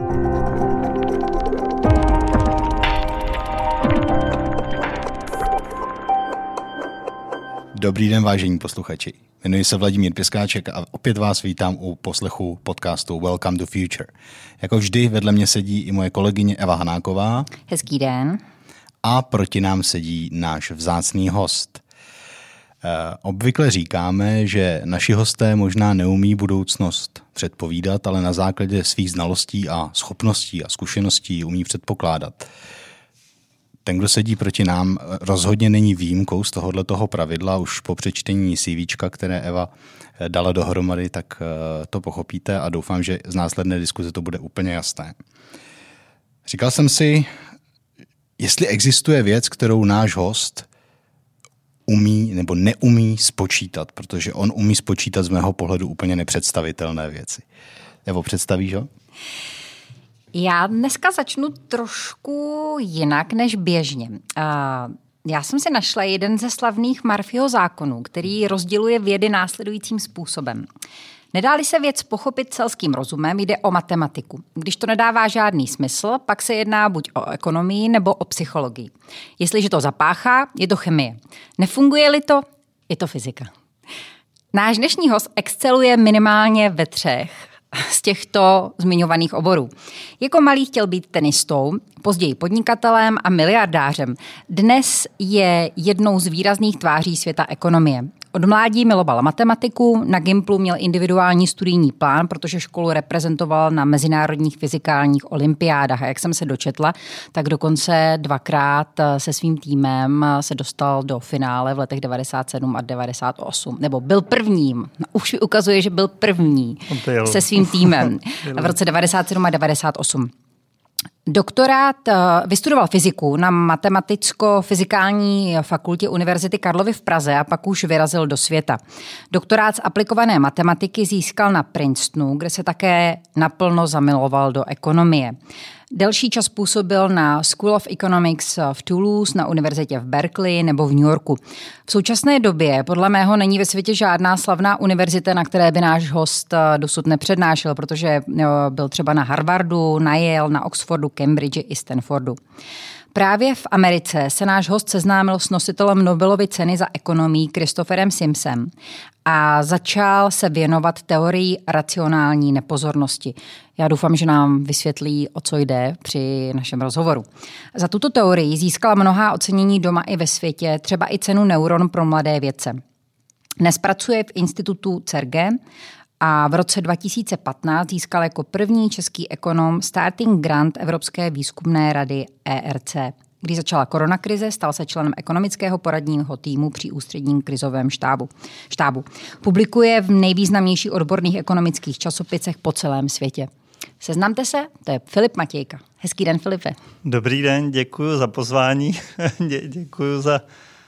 Dobrý den, vážení posluchači. Jmenuji se Vladimír Pěskáček a opět vás vítám u poslechu podcastu Welcome to Future. Jako vždy vedle mě sedí i moje kolegyně Eva Hanáková. Hezký den. A proti nám sedí náš vzácný host. Obvykle říkáme, že naši hosté možná neumí budoucnost předpovídat, ale na základě svých znalostí a schopností a zkušeností umí předpokládat. Ten, kdo sedí proti nám, rozhodně není výjimkou z tohoto pravidla. Už po přečtení CVčka, které Eva dala dohromady, tak to pochopíte a doufám, že z následné diskuze to bude úplně jasné. Říkal jsem si, jestli existuje věc, kterou náš host umí nebo neumí spočítat, protože on umí spočítat z mého pohledu úplně nepředstavitelné věci. Evo, představíš ho? Já dneska začnu trošku jinak než běžně. Já jsem si našla jeden ze slavných Murphyho zákonů, který rozděluje vědy následujícím způsobem. Nedá-li se věc pochopit selským rozumem, jde o matematiku. Když to nedává žádný smysl, pak se jedná buď o ekonomii nebo o psychologii. Jestliže to zapáchá, je to chemie. Nefunguje-li to, je to fyzika. Náš dnešní host exceluje minimálně ve 3 z těchto zmiňovaných oborů. Jako malý chtěl být tenistou, později podnikatelem a miliardářem. Dnes je jednou z výrazných tváří světa ekonomie. Od mládí miloval matematiku, na Gimplu měl individuální studijní plán, protože školu reprezentoval na mezinárodních fyzikálních olympiádách. A jak jsem se dočetla, tak dokonce 2krát se svým týmem se dostal do finále v letech 97 a 98. Nebo byl prvním. Už ukazuje, že byl první se svým týmem v roce 97 a 98. Doktorát vystudoval fyziku na Matematicko-fyzikální fakultě Univerzity Karlovy v Praze a pak už vyrazil do světa. Doktorát z aplikované matematiky získal na Princetonu, kde se také naplno zamiloval do ekonomie. Delší čas působil na School of Economics v Toulouse, na univerzitě v Berkeley nebo v New Yorku. V současné době podle mého není ve světě žádná slavná univerzita, na které by náš host dosud nepřednášel, protože byl třeba na Harvardu, na Yale, na Oxfordu, Cambridge i Stanfordu. Právě v Americe se náš host seznámil s nositelem Nobelovy ceny za ekonomii Christopherem Simsem a začal se věnovat teorii racionální nepozornosti. Já doufám, že nám vysvětlí, o co jde při našem rozhovoru. Za tuto teorii získala mnohá ocenění doma i ve světě, třeba i cenu Neuron pro mladé vědce. Dnes pracuje v institutu CERGE a v roce 2015 získal jako první český ekonom starting grant Evropské výzkumné rady ERC. Když začala koronakrize, stal se členem ekonomického poradního týmu při ústředním krizovém štábu. Publikuje v nejvýznamnějších odborných ekonomických časopisech po celém světě. Seznamte se, to je Filip Matějka. Hezký den, Filipe. Dobrý den, děkuji za pozvání, děkuji za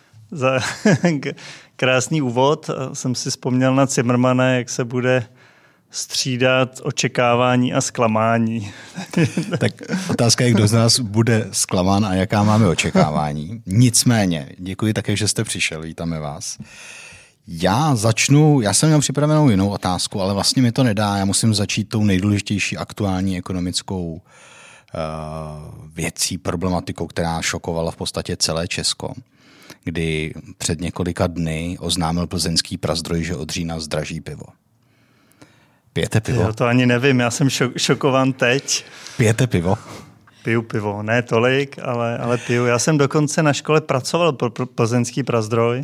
krásný úvod. Jsem si vzpomněl na Zimmermana, jak se bude střídat očekávání a zklamání. Tak otázka je, kdo z nás bude zklamán a jaká máme očekávání. Nicméně, děkuji také, že jste přišel, vítáme vás. Já jsem měl připravenou jinou otázku, ale vlastně mi to nedá. Já musím začít tou nejdůležitější aktuální ekonomickou věcí, problematikou, která šokovala v podstatě celé Česko, kdy před několika dny oznámil plzeňský Prazdroj, že od října zdraží pivo. Pijete pivo? Já to ani nevím, já jsem šokován teď. Pijete pivo? Piju pivo, ne tolik, ale piju. Já jsem dokonce na škole pracoval pro plzeňský Prazdroj.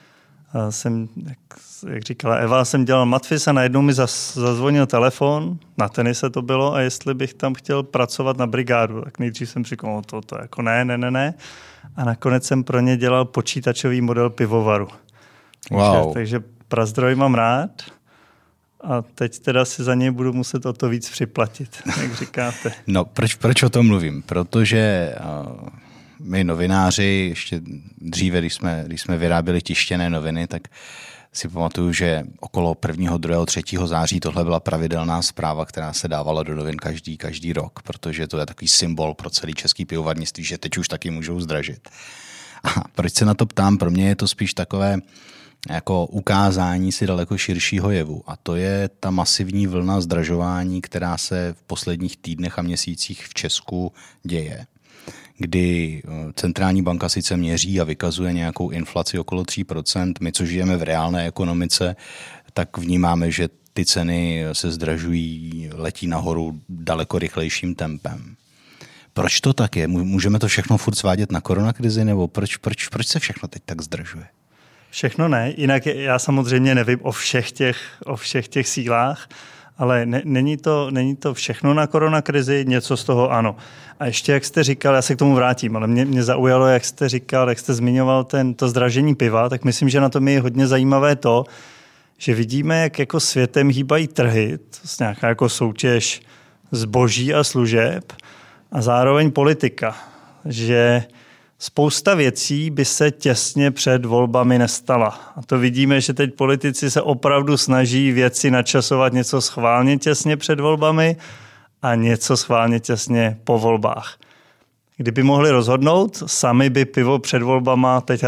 Jak říkala Eva, jsem dělal matfiz a najednou mi zazvonil telefon, na tenise to bylo, a jestli bych tam chtěl pracovat na brigádu. Tak nejdřív jsem říkal, to jako ne. A nakonec jsem pro ně dělal počítačový model pivovaru. Wow. Takže Prazdroj mám rád a teď teda si za něj budu muset o to víc připlatit, jak říkáte. No, proč o tom mluvím? Protože my novináři, ještě dříve, když jsme vyráběli tištěné noviny, tak si pamatuju, že okolo 1., 2., 3. září tohle byla pravidelná zpráva, která se dávala do novin každý rok, protože to je takový symbol pro celý český pivovarnictví, že teď už taky můžou zdražit. A proč se na to ptám? Pro mě je to spíš takové jako ukázání si daleko širšího jevu. A to je ta masivní vlna zdražování, která se v posledních týdnech a měsících v Česku děje, kdy centrální banka sice měří a vykazuje nějakou inflaci okolo 3%, my, co žijeme v reálné ekonomice, tak vnímáme, že ty ceny se zdražují, letí nahoru daleko rychlejším tempem. Proč to tak je? Můžeme to všechno furt svádět na koronakrizi, nebo proč se všechno teď tak zdražuje? Všechno ne, jinak já samozřejmě nevím o všech těch sílách, ale není to všechno na koronakrizi, něco z toho ano. A ještě, jak jste říkal, já se k tomu vrátím, ale mě zaujalo, jak jste říkal, jak jste zmiňoval to zdražení piva, tak myslím, že na tom je hodně zajímavé to, že vidíme, jak jako světem hýbají trhy, to je nějaká jako soutěž zboží a služeb a zároveň politika, že spousta věcí by se těsně před volbami nestala. A to vidíme, že teď politici se opravdu snaží věci načasovat něco schválně těsně před volbami a něco schválně těsně po volbách. Kdyby mohli rozhodnout, sami by pivo před volbama teď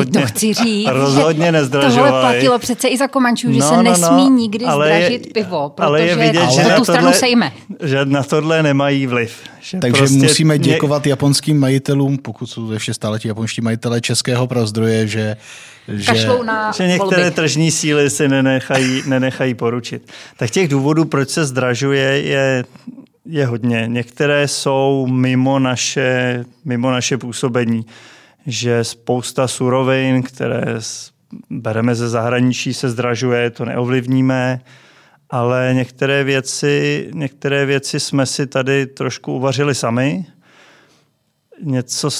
rozhodně nezdražovali. Tohle platilo přece i za Komančů, že se nesmí nikdy zdražit pivo, protože za tu stranu sejme. Že na tohle nemají vliv. Takže prostě musíme děkovat japonským majitelům, pokud jsou ještě stále ti japonští majitelé českého Prazdroje, že některé tržní síly si nenechají poručit. Tak těch důvodů, proč se zdražuje, je hodně. Některé jsou mimo naše působení, že spousta surovin, které bereme ze zahraničí, se zdražuje, to neovlivníme, ale některé věci jsme si tady trošku uvařili sami. Něco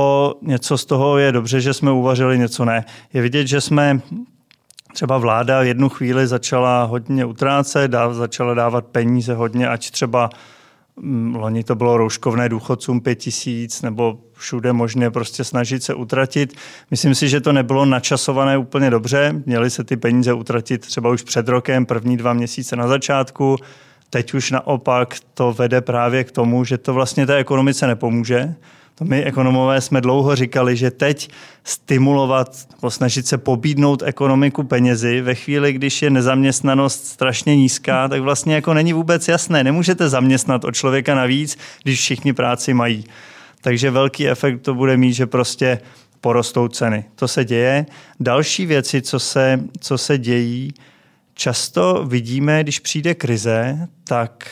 z toho je dobře, že jsme uvařili, něco ne. Je vidět, že jsme třeba vláda v jednu chvíli začala hodně utrácet, začala dávat peníze hodně, ať třeba loni to bylo rouškovné důchodcům 5 000 nebo všude možné prostě snažit se utratit. Myslím si, že to nebylo načasované úplně dobře. Měly se ty peníze utratit třeba už před rokem, první 2 měsíce na začátku. Teď už naopak to vede právě k tomu, že to vlastně té ekonomice nepomůže. To my ekonomové jsme dlouho říkali, že teď stimulovat, snažit se pobídnout ekonomiku penězi ve chvíli, když je nezaměstnanost strašně nízká, tak vlastně jako není vůbec jasné. Nemůžete zaměstnat o člověka navíc, když všichni práci mají. Takže velký efekt to bude mít, že prostě porostou ceny. To se děje. Další věci, co se dějí, často vidíme, když přijde krize, tak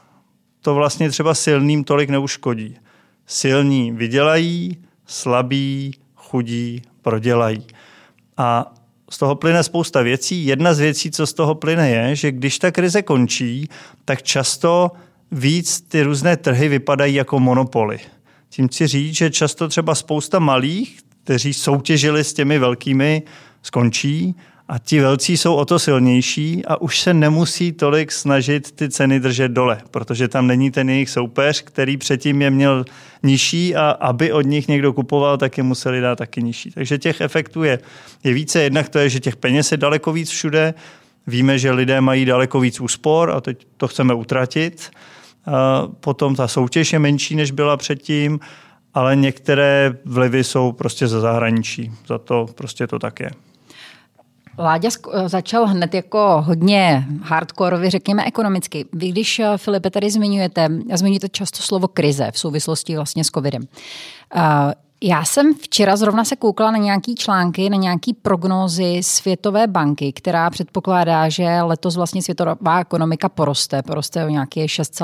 to vlastně třeba silným tolik neuškodí. Silní vydělají, slabí, chudí prodělají. A z toho plyne spousta věcí. Jedna z věcí, co z toho plyne, je, že když ta krize končí, tak často víc ty různé trhy vypadají jako monopoly. Tím chci říct, že často třeba spousta malých, kteří soutěžili s těmi velkými, skončí a ti velcí jsou o to silnější a už se nemusí tolik snažit ty ceny držet dole, protože tam není ten jejich soupeř, který předtím je měl nižší a aby od nich někdo kupoval, tak je museli dát taky nižší. Takže těch efektů je více. Jednak to je, že těch peněz je daleko víc všude. Víme, že lidé mají daleko víc úspor a teď to chceme utratit. Potom ta soutěž je menší, než byla předtím, ale některé vlivy jsou prostě ze zahraničí. Za to prostě to tak je. Láďa začal hned jako hodně hardkorově, řekněme ekonomicky. Vy, když, Filipe, tady zmiňujete často slovo krize v souvislosti vlastně s covidem. Já jsem včera zrovna se koukala na nějaký články, na nějaký prognózy Světové banky, která předpokládá, že letos vlastně světová ekonomika poroste o nějaké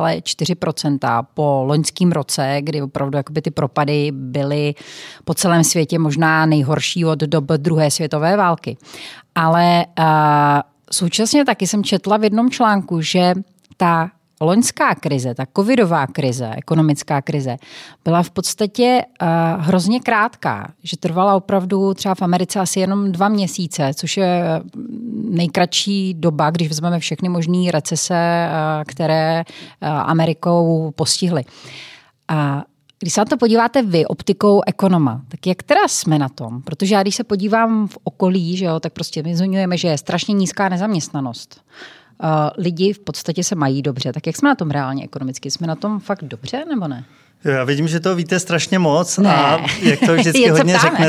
6,4% po loňském roce, kdy opravdu jakoby ty propady byly po celém světě možná nejhorší od dob druhé světové války. Ale současně taky jsem četla v jednom článku, že ta loňská krize, ta covidová krize, ekonomická krize, byla v podstatě hrozně krátká, že trvala opravdu třeba v Americe asi jenom 2 měsíce, což je nejkratší doba, když vezmeme všechny možné recese, které Amerikou postihly. Když se na to podíváte vy optikou ekonoma, tak jak teda jsme na tom? Protože já když se podívám v okolí, že jo, tak prostě my zmiňujeme, že je strašně nízká nezaměstnanost. lidi v podstatě se mají dobře. Tak jak jsme na tom reálně ekonomicky? Jsme na tom fakt dobře, nebo ne? Já vidím, že to víte strašně moc ne. A jak to vždycky hodně řeknete.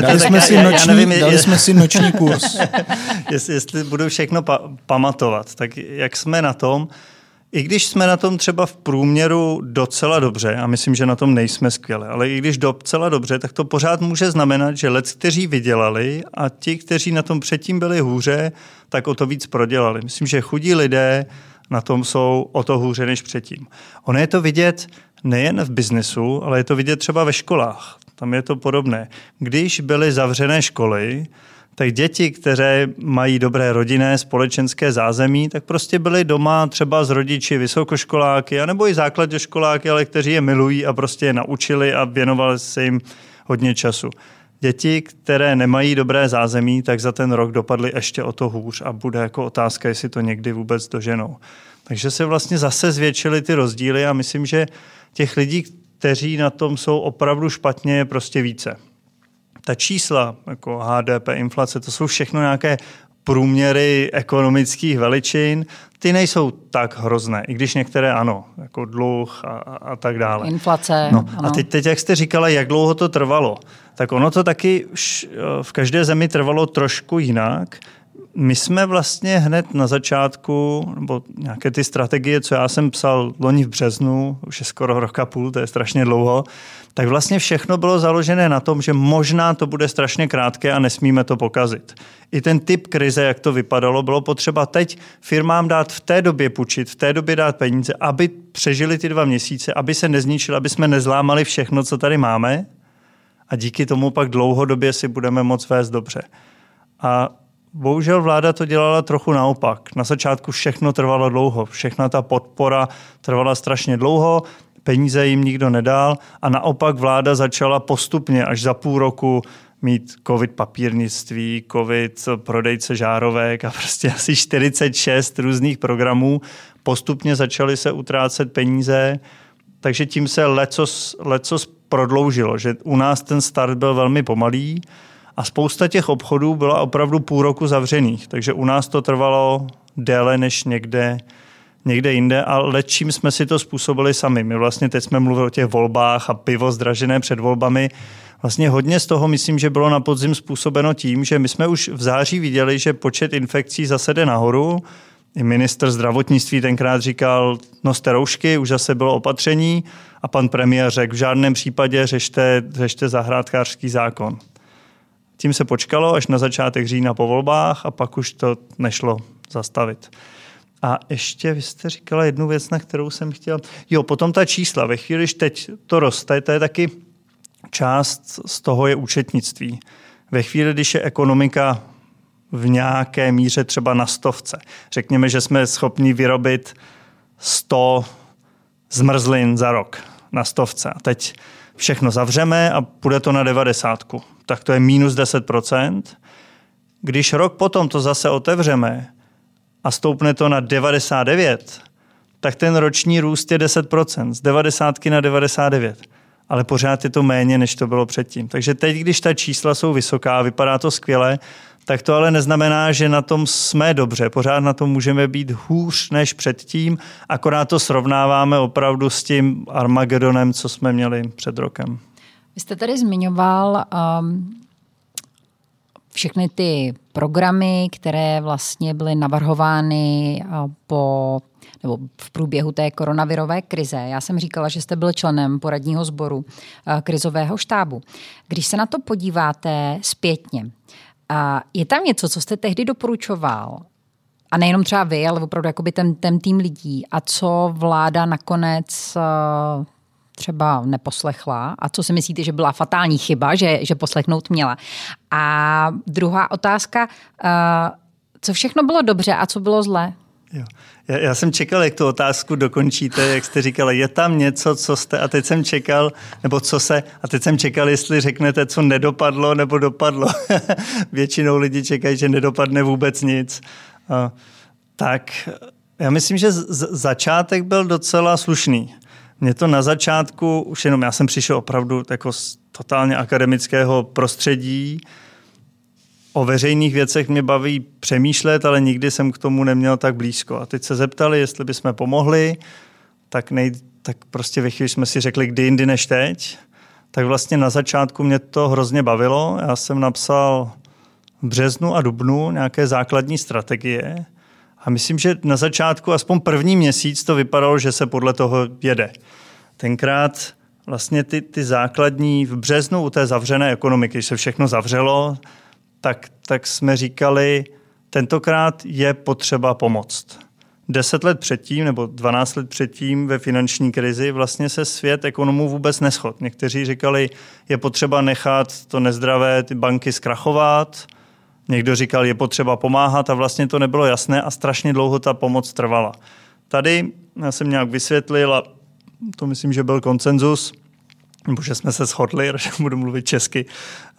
Dali jsme si noční kurz. jestli budu všechno pamatovat, tak jak jsme na tom, i když jsme na tom třeba v průměru docela dobře, a myslím, že na tom nejsme skvěle, ale i když docela dobře, tak to pořád může znamenat, že kteří vydělali a ti, kteří na tom předtím byli hůře, tak o to víc prodělali. Myslím, že chudí lidé na tom jsou o to hůře než předtím. Ono je to vidět nejen v biznesu, ale je to vidět třeba ve školách. Tam je to podobné. Když byly zavřené školy, tak děti, které mají dobré rodinné, společenské zázemí, tak prostě byly doma třeba s rodiči vysokoškoláky, anebo i základňoškoláky, ale kteří je milují a prostě je naučili a věnovali se jim hodně času. Děti, které nemají dobré zázemí, tak za ten rok dopadly ještě o to hůř a bude jako otázka, jestli to někdy vůbec doženou. Takže se vlastně zase zvětšily ty rozdíly a myslím, že těch lidí, kteří na tom jsou opravdu špatně, je prostě více. Ta čísla, jako HDP, inflace, to jsou všechno nějaké průměry ekonomických veličin, ty nejsou tak hrozné, i když některé ano, jako dluh a tak dále. Inflace. No, a teď, jak jste říkala, jak dlouho to trvalo, tak ono to taky v každé zemi trvalo trošku jinak. My jsme vlastně hned na začátku, nebo nějaké ty strategie, co já jsem psal loni v březnu, už je skoro rok a půl, to je strašně dlouho, tak vlastně všechno bylo založené na tom, že možná to bude strašně krátké a nesmíme to pokazit. I ten typ krize, jak to vypadalo, bylo potřeba teď firmám dát v té době půjčit, v té době dát peníze, aby přežili ty 2 měsíce, aby se nezničili, aby jsme nezlámali všechno, co tady máme a díky tomu pak dlouhodobě si budeme moct vést dobře. A bohužel vláda to dělala trochu naopak. Na začátku všechno trvalo dlouho, všechna ta podpora trvala strašně dlouho, peníze jim nikdo nedal a naopak vláda začala postupně až za půl roku mít covid papírnictví, covid prodejce žárovek a prostě asi 46 různých programů. Postupně začaly se utrácet peníze, takže tím se lecos prodloužilo, že u nás ten start byl velmi pomalý a spousta těch obchodů byla opravdu půl roku zavřených, takže u nás to trvalo déle než někde jinde, ale čím jsme si to způsobili sami. My vlastně teď jsme mluvili o těch volbách a pivo zdražené před volbami. Vlastně hodně z toho myslím, že bylo na podzim způsobeno tím, že my jsme už v září viděli, že počet infekcí zase jde nahoru. I ministr zdravotnictví tenkrát říkal, noste roušky, už zase bylo opatření a pan premiér řekl, v žádném případě řešte zahrádkářský zákon. Tím se počkalo až na začátek října po volbách a pak už to nešlo zastavit. A ještě vy jste říkala jednu věc, na kterou jsem chtěl. Jo, potom ta čísla. Ve chvíli, když teď to roste, to je taky část z toho je účetnictví. Ve chvíli, když je ekonomika v nějaké míře třeba na 100. Řekněme, že jsme schopni vyrobit 100 zmrzlin za rok na 100. A teď všechno zavřeme a půjde to na 90. Tak to je minus 10%. Když rok potom to zase otevřeme a stoupne to na 99, tak ten roční růst je 10%, z 90 na 99. Ale pořád je to méně, než to bylo předtím. Takže teď, když ta čísla jsou vysoká, vypadá to skvěle, tak to ale neznamená, že na tom jsme dobře. Pořád na tom můžeme být hůř než předtím, akorát to srovnáváme opravdu s tím Armagedonem, co jsme měli před rokem. Vy jste tady zmiňoval všechny ty programy, které vlastně byly navrhovány nebo v průběhu té koronavirové krize. Já jsem říkala, že jste byl členem poradního sboru krizového štábu. Když se na to podíváte zpětně, je tam něco, co jste tehdy doporučoval, a nejenom třeba vy, ale opravdu jakoby ten tým lidí, a co vláda nakonec třeba neposlechla a co si myslíte, že byla fatální chyba, že poslechnout měla. A druhá otázka, co všechno bylo dobře a co bylo zlé? Jo. Já jsem čekal, jak tu otázku dokončíte, jak jste říkala, je tam něco, co jste, a teď jsem čekal, nebo co se, a teď jsem čekal, jestli řeknete, co nedopadlo, nebo dopadlo. Většinou lidi čekají, že nedopadne vůbec nic. Tak já myslím, že začátek byl docela slušný. Mě to na začátku, už jenom já jsem přišel opravdu jako z totálně akademického prostředí, o veřejných věcech mě baví přemýšlet, ale nikdy jsem k tomu neměl tak blízko. A teď se zeptali, jestli bychom pomohli, tak prostě ve chvíli jsme si řekli, kdy jindy než teď. Tak vlastně na začátku mě to hrozně bavilo. Já jsem napsal v březnu a dubnu nějaké základní strategie a myslím, že na začátku aspoň první měsíc to vypadalo, že se podle toho jede. Tenkrát vlastně ty základní v březnu u té zavřené ekonomiky, když se všechno zavřelo, tak jsme říkali, tentokrát je potřeba pomoct. 10 let předtím nebo 12 let předtím ve finanční krizi vlastně se svět ekonomů vůbec neshodl. Někteří říkali, je potřeba nechat to nezdravé ty banky zkrachovat, někdo říkal, je potřeba pomáhat a vlastně to nebylo jasné a strašně dlouho ta pomoc trvala. Tady já jsem nějak vysvětlil a to myslím, že byl konsenzus, nebo že jsme se shodli, že budu mluvit česky,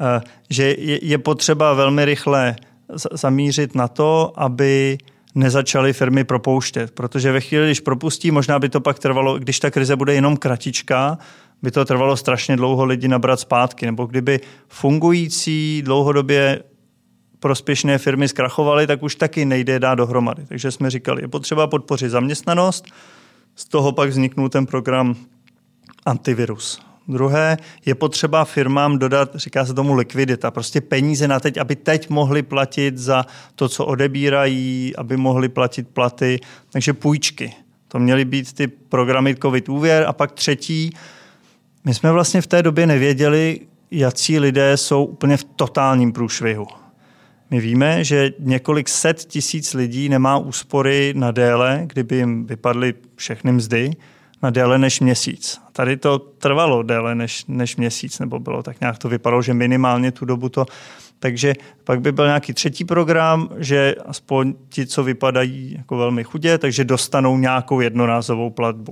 že je potřeba velmi rychle zamířit na to, aby nezačaly firmy propouštět. Protože ve chvíli, když propustí, možná by to pak trvalo, když ta krize bude jenom kratičká, by to trvalo strašně dlouho lidi nabrat zpátky. Nebo kdyby fungující dlouhodobě prospěšné firmy zkrachovaly, tak už taky nejde dát dohromady. Takže jsme říkali, je potřeba podpořit zaměstnanost, z toho pak vzniknul ten program Antivirus. Druhé, je potřeba firmám dodat, říká se tomu likvidita, prostě peníze na teď, aby teď mohli platit za to, co odebírají, aby mohli platit platy, takže půjčky. To měly být ty programy COVID úvěr. A pak třetí, my jsme vlastně v té době nevěděli, jací lidé jsou úplně v totálním průšvihu. My víme, že několik set tisíc lidí nemá úspory na déle, kdyby jim vypadly všechny mzdy, na déle než měsíc. Tady to trvalo déle než měsíc, nebo bylo tak nějak to vypadalo, že minimálně tu dobu to. Takže pak by byl nějaký třetí program, že aspoň ti, co vypadají jako velmi chudě, takže dostanou nějakou jednorázovou platbu.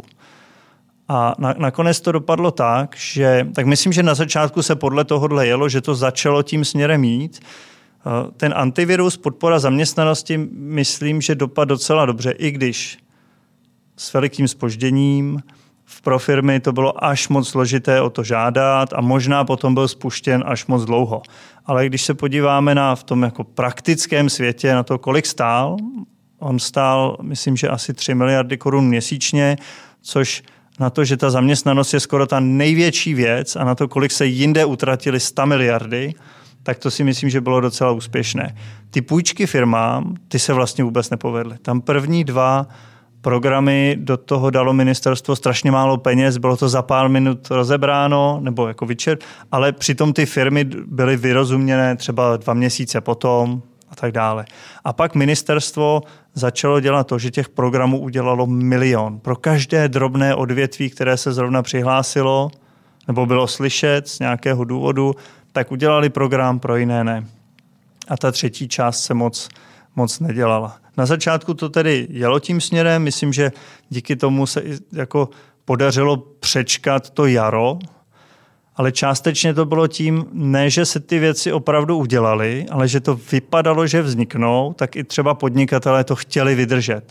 A nakonec to dopadlo tak, že tak myslím, že na začátku se podle tohohle jelo, že to začalo tím směrem jít. Ten antivirus, podpora zaměstnanosti, myslím, že dopadl docela dobře, i když s velikým zpožděním. Pro firmy to bylo až moc složité o to žádat a možná potom byl spuštěn až moc dlouho. Ale když se podíváme v tom jako praktickém světě na to, kolik stál, on stál, myslím, že asi 3 miliardy korun měsíčně, což na to, že ta zaměstnanost je skoro ta největší věc a na to, kolik se jinde utratili 100 miliardy, tak to si myslím, že bylo docela úspěšné. Ty půjčky firmám, ty se vlastně vůbec nepovedly. Tam první 2 programy do toho dalo ministerstvo strašně málo peněz, bylo to za pár minut rozebráno, nebo jako ale přitom ty firmy byly vyrozuměné třeba 2 měsíce potom a tak dále. A pak ministerstvo začalo dělat to, že těch programů udělalo 1 milion. Pro každé drobné odvětví, které se zrovna přihlásilo, nebo bylo slyšet z nějakého důvodu, tak udělali program, pro jiné ne. A ta třetí část se moc nedělala. Na začátku to tedy jelo tím směrem, myslím, že díky tomu se jako podařilo přečkat to jaro, ale částečně to bylo tím, ne, že se ty věci opravdu udělaly, ale že to vypadalo, že vzniknou, tak i třeba podnikatelé to chtěli vydržet.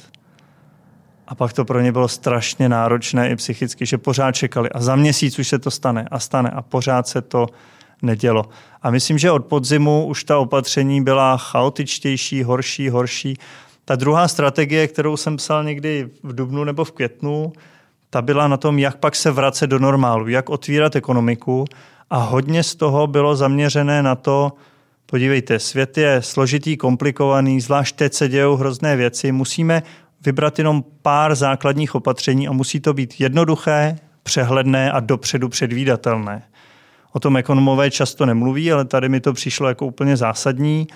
A pak to pro ně bylo strašně náročné i psychicky, že pořád čekali a za měsíc už se to stane a pořád se to nedělo. A myslím, že od podzimu už ta opatření byla chaotičtější, horší. Ta druhá strategie, kterou jsem psal někdy v dubnu nebo v květnu, ta byla na tom, jak pak se vracet do normálu, jak otvírat ekonomiku a hodně z toho bylo zaměřené na to, podívejte, svět je složitý, komplikovaný, zvlášť teď se dějou hrozné věci, musíme vybrat jenom pár základních opatření a musí to být jednoduché, přehledné a dopředu předvídatelné. O tom ekonomové často nemluví, ale tady mi to přišlo jako úplně zásadní.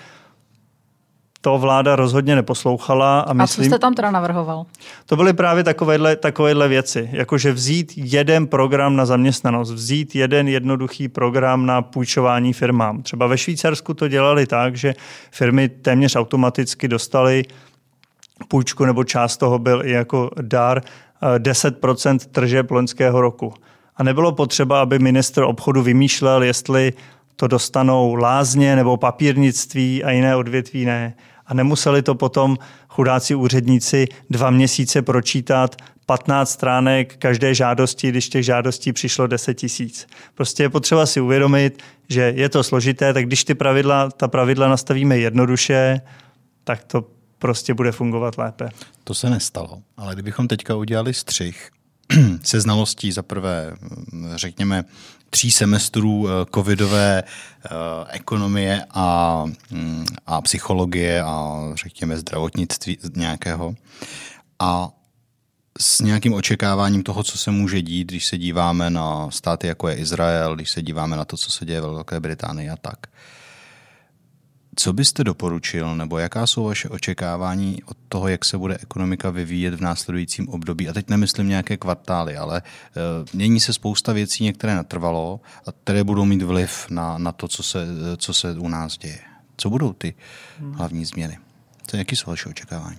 To vláda rozhodně neposlouchala. A co jste tam teda navrhoval? To byly právě takovéhle věci, jakože vzít jeden program na zaměstnanost, vzít jeden jednoduchý program na půjčování firmám. Třeba ve Švýcarsku to dělali tak, že firmy téměř automaticky dostaly půjčku, nebo část toho byl i jako dar 10% tržeb loňského roku. A nebylo potřeba, aby ministr obchodu vymýšlel, jestli to dostanou lázně nebo papírnictví a jiné odvětví ne. A nemuseli to potom chudáci úředníci 2 měsíce pročítat 15 stránek každé žádosti, když těch žádostí přišlo 10 000. Prostě je potřeba si uvědomit, že je to složité, tak když ta pravidla nastavíme jednoduše, tak to prostě bude fungovat lépe. To se nestalo, ale kdybychom teďka udělali střih se znalostí za prvé, řekněme, 3 semestrů covidové ekonomie a psychologie a řekněme zdravotnictví nějakého a s nějakým očekáváním toho, co se může dít, když se díváme na státy, jako je Izrael, když se díváme na to, co se děje ve Velké Británii a tak. Co byste doporučil, nebo jaká jsou vaše očekávání od toho, jak se bude ekonomika vyvíjet v následujícím období? A teď nemyslím nějaké kvartály, ale mění se spousta věcí, některé natrvalo, a které budou mít vliv na to, co se u nás děje. Co budou ty hlavní změny? Jaké jsou vaše očekávání?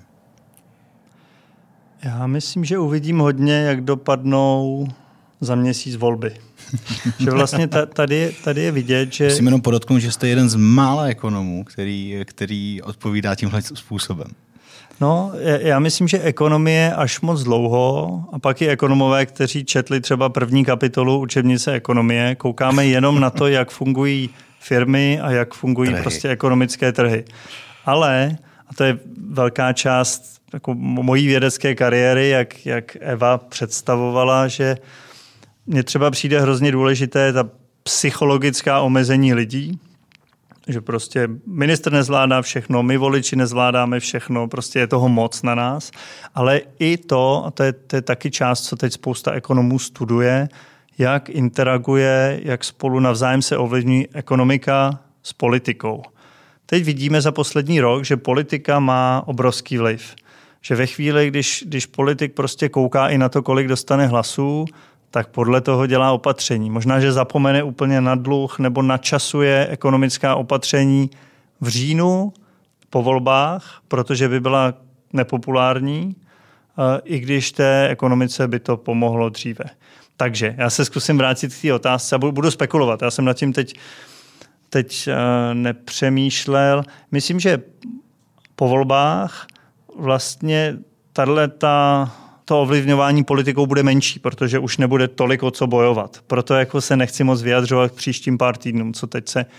Já myslím, že uvidím hodně, jak dopadnou za měsíc volby. Že vlastně tady je vidět, že... Musím jenom podotknout, že jste jeden z mála ekonomů, který odpovídá tímhle způsobem. No, já myslím, že ekonomie až moc dlouho, a pak i ekonomové, kteří četli třeba první kapitolu učebnice ekonomie, koukáme jenom na to, jak fungují firmy a jak fungují prostě ekonomické trhy. Ale, a to je velká část jako mojí vědecké kariéry, jak Eva představovala, že mně třeba přijde hrozně důležité ta psychologická omezení lidí, že prostě ministr nezvládá všechno, my voliči nezvládáme všechno, prostě je toho moc na nás, ale i to, a to je taky část, co teď spousta ekonomů studuje, jak interaguje, jak spolu navzájem se ovlivní ekonomika s politikou. Teď vidíme za poslední rok, že politika má obrovský vliv. Že ve chvíli, když politik prostě kouká i na to, kolik dostane hlasů, tak podle toho dělá opatření. Možná, že zapomene úplně na dluh nebo načasuje ekonomická opatření v říjnu po volbách, protože by byla nepopulární, i když té ekonomice by to pomohlo dříve. Takže já se zkusím vrátit k té otázce a budu spekulovat. Já jsem nad tím teď nepřemýšlel. Myslím, že po volbách vlastně to ovlivňování politikou bude menší, protože už nebude tolik o co bojovat. Proto jako se nechci moc vyjadřovat k příštím pár týdnům, co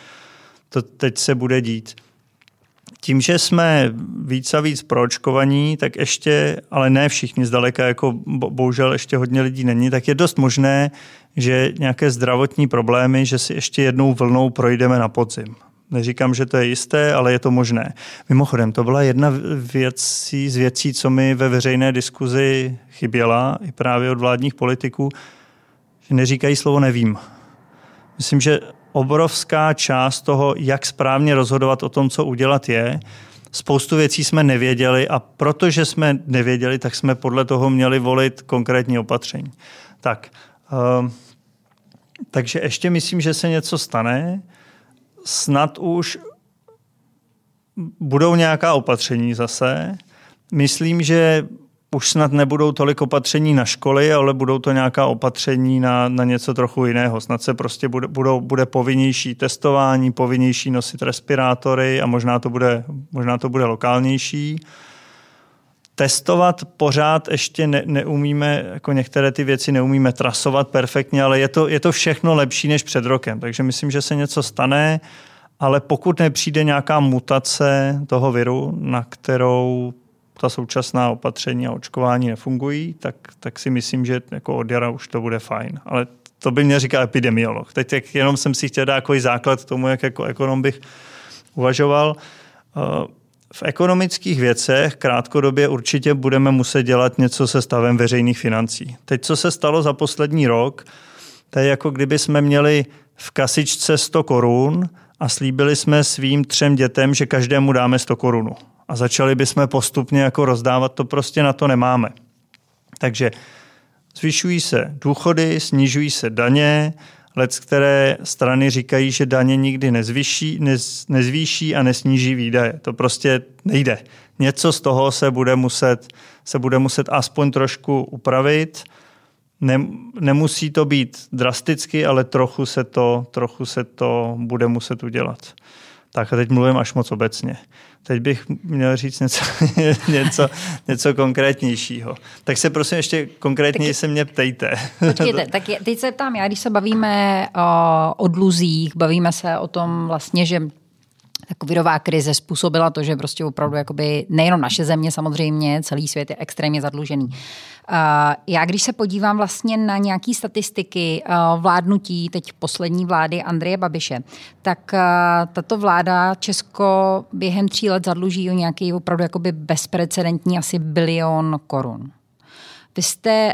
teď se bude dít. Tím, že jsme víc a víc proočkovaní, tak ještě, ale ne všichni zdaleka, jako bohužel ještě hodně lidí není, tak je dost možné, že nějaké zdravotní problémy, že si ještě jednou vlnou projdeme na podzim. Neříkám, že to je jisté, ale je to možné. Mimochodem, to byla jedna z věcí, co mi ve veřejné diskuzi chyběla, i právě od vládních politiků, že neříkají slovo nevím. Myslím, že obrovská část toho, jak správně rozhodovat o tom, co udělat je, spoustu věcí jsme nevěděli a protože jsme nevěděli, tak jsme podle toho měli volit konkrétní opatření. Takže ještě myslím, že se něco stane. Snad už budou nějaká opatření zase. Myslím, že už snad nebudou tolik opatření na školy, ale budou to nějaká opatření na něco trochu jiného. Snad se prostě bude povinnější testování, povinnější nosit respirátory a možná to bude lokálnější. Testovat pořád ještě neumíme, jako některé ty věci neumíme trasovat perfektně, ale je to všechno lepší než před rokem. Takže myslím, že se něco stane, ale pokud nepřijde nějaká mutace toho viru, na kterou ta současná opatření a očkování nefungují, tak si myslím, že jako od jara už to bude fajn. Ale to by mě říkal epidemiolog. Teď jenom jsem si chtěl dát takový základ k tomu, jak jako ekonom bych uvažoval. V ekonomických věcech krátkodobě určitě budeme muset dělat něco se stavem veřejných financí. Teď, co se stalo za poslední rok, to je jako kdyby jsme měli v kasičce 100 korun a slíbili jsme svým 3 dětem, že každému dáme 100 korun. A začali bychom postupně jako rozdávat, to prostě na to nemáme. Takže zvyšují se důchody, snižují se daně, které strany říkají, že daně nikdy nezvýší a nesníží výdaje. To prostě nejde. Něco z toho se bude muset aspoň trošku upravit. Nemusí to být drasticky, ale trochu se to bude muset udělat. Tak a teď mluvím až moc obecně. Teď bych měl říct něco konkrétnějšího. Tak se prosím ještě konkrétněji se mě ptejte. Počkejte, tak teď se ptám já, když se bavíme o dluzích, bavíme se o tom vlastně, že ta covidová krize způsobila to, že prostě opravdu jakoby nejenom naše země, samozřejmě celý svět je extrémně zadlužený. Já když se podívám vlastně na nějaké statistiky vládnutí teď poslední vlády Andreje Babiše, tak tato vláda Česko během 3 let zadluží o nějaký opravdu jakoby bezprecedentní asi 1 bilion korun. Vy jste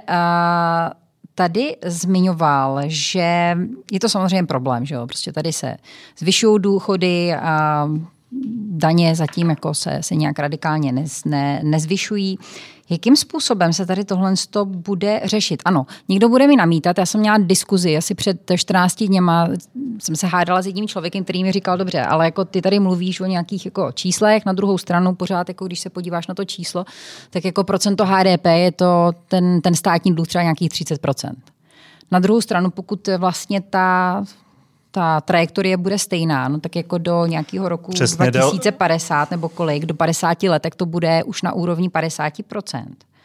tady zmiňoval, že je to samozřejmě problém, že jo? Prostě tady se zvyšují důchody a daně zatím jako se nějak radikálně nezvyšují. Jakým způsobem se tady tohle bude řešit? Ano, někdo bude mi namítat. Já jsem měla diskuzi asi před 14 dněma, jsem se hádala s jedním člověkem, který mi říkal, dobře, ale jako ty tady mluvíš o nějakých jako číslech, na druhou stranu pořád, jako když se podíváš na to číslo, tak jako procento HDP je to ten státní dluh třeba nějakých 30%. Na druhou stranu, pokud vlastně ta trajektorie bude stejná, no tak jako do nějakého roku přesně 2050 nebo kolik, do 50 let, tak to bude už na úrovni 50%.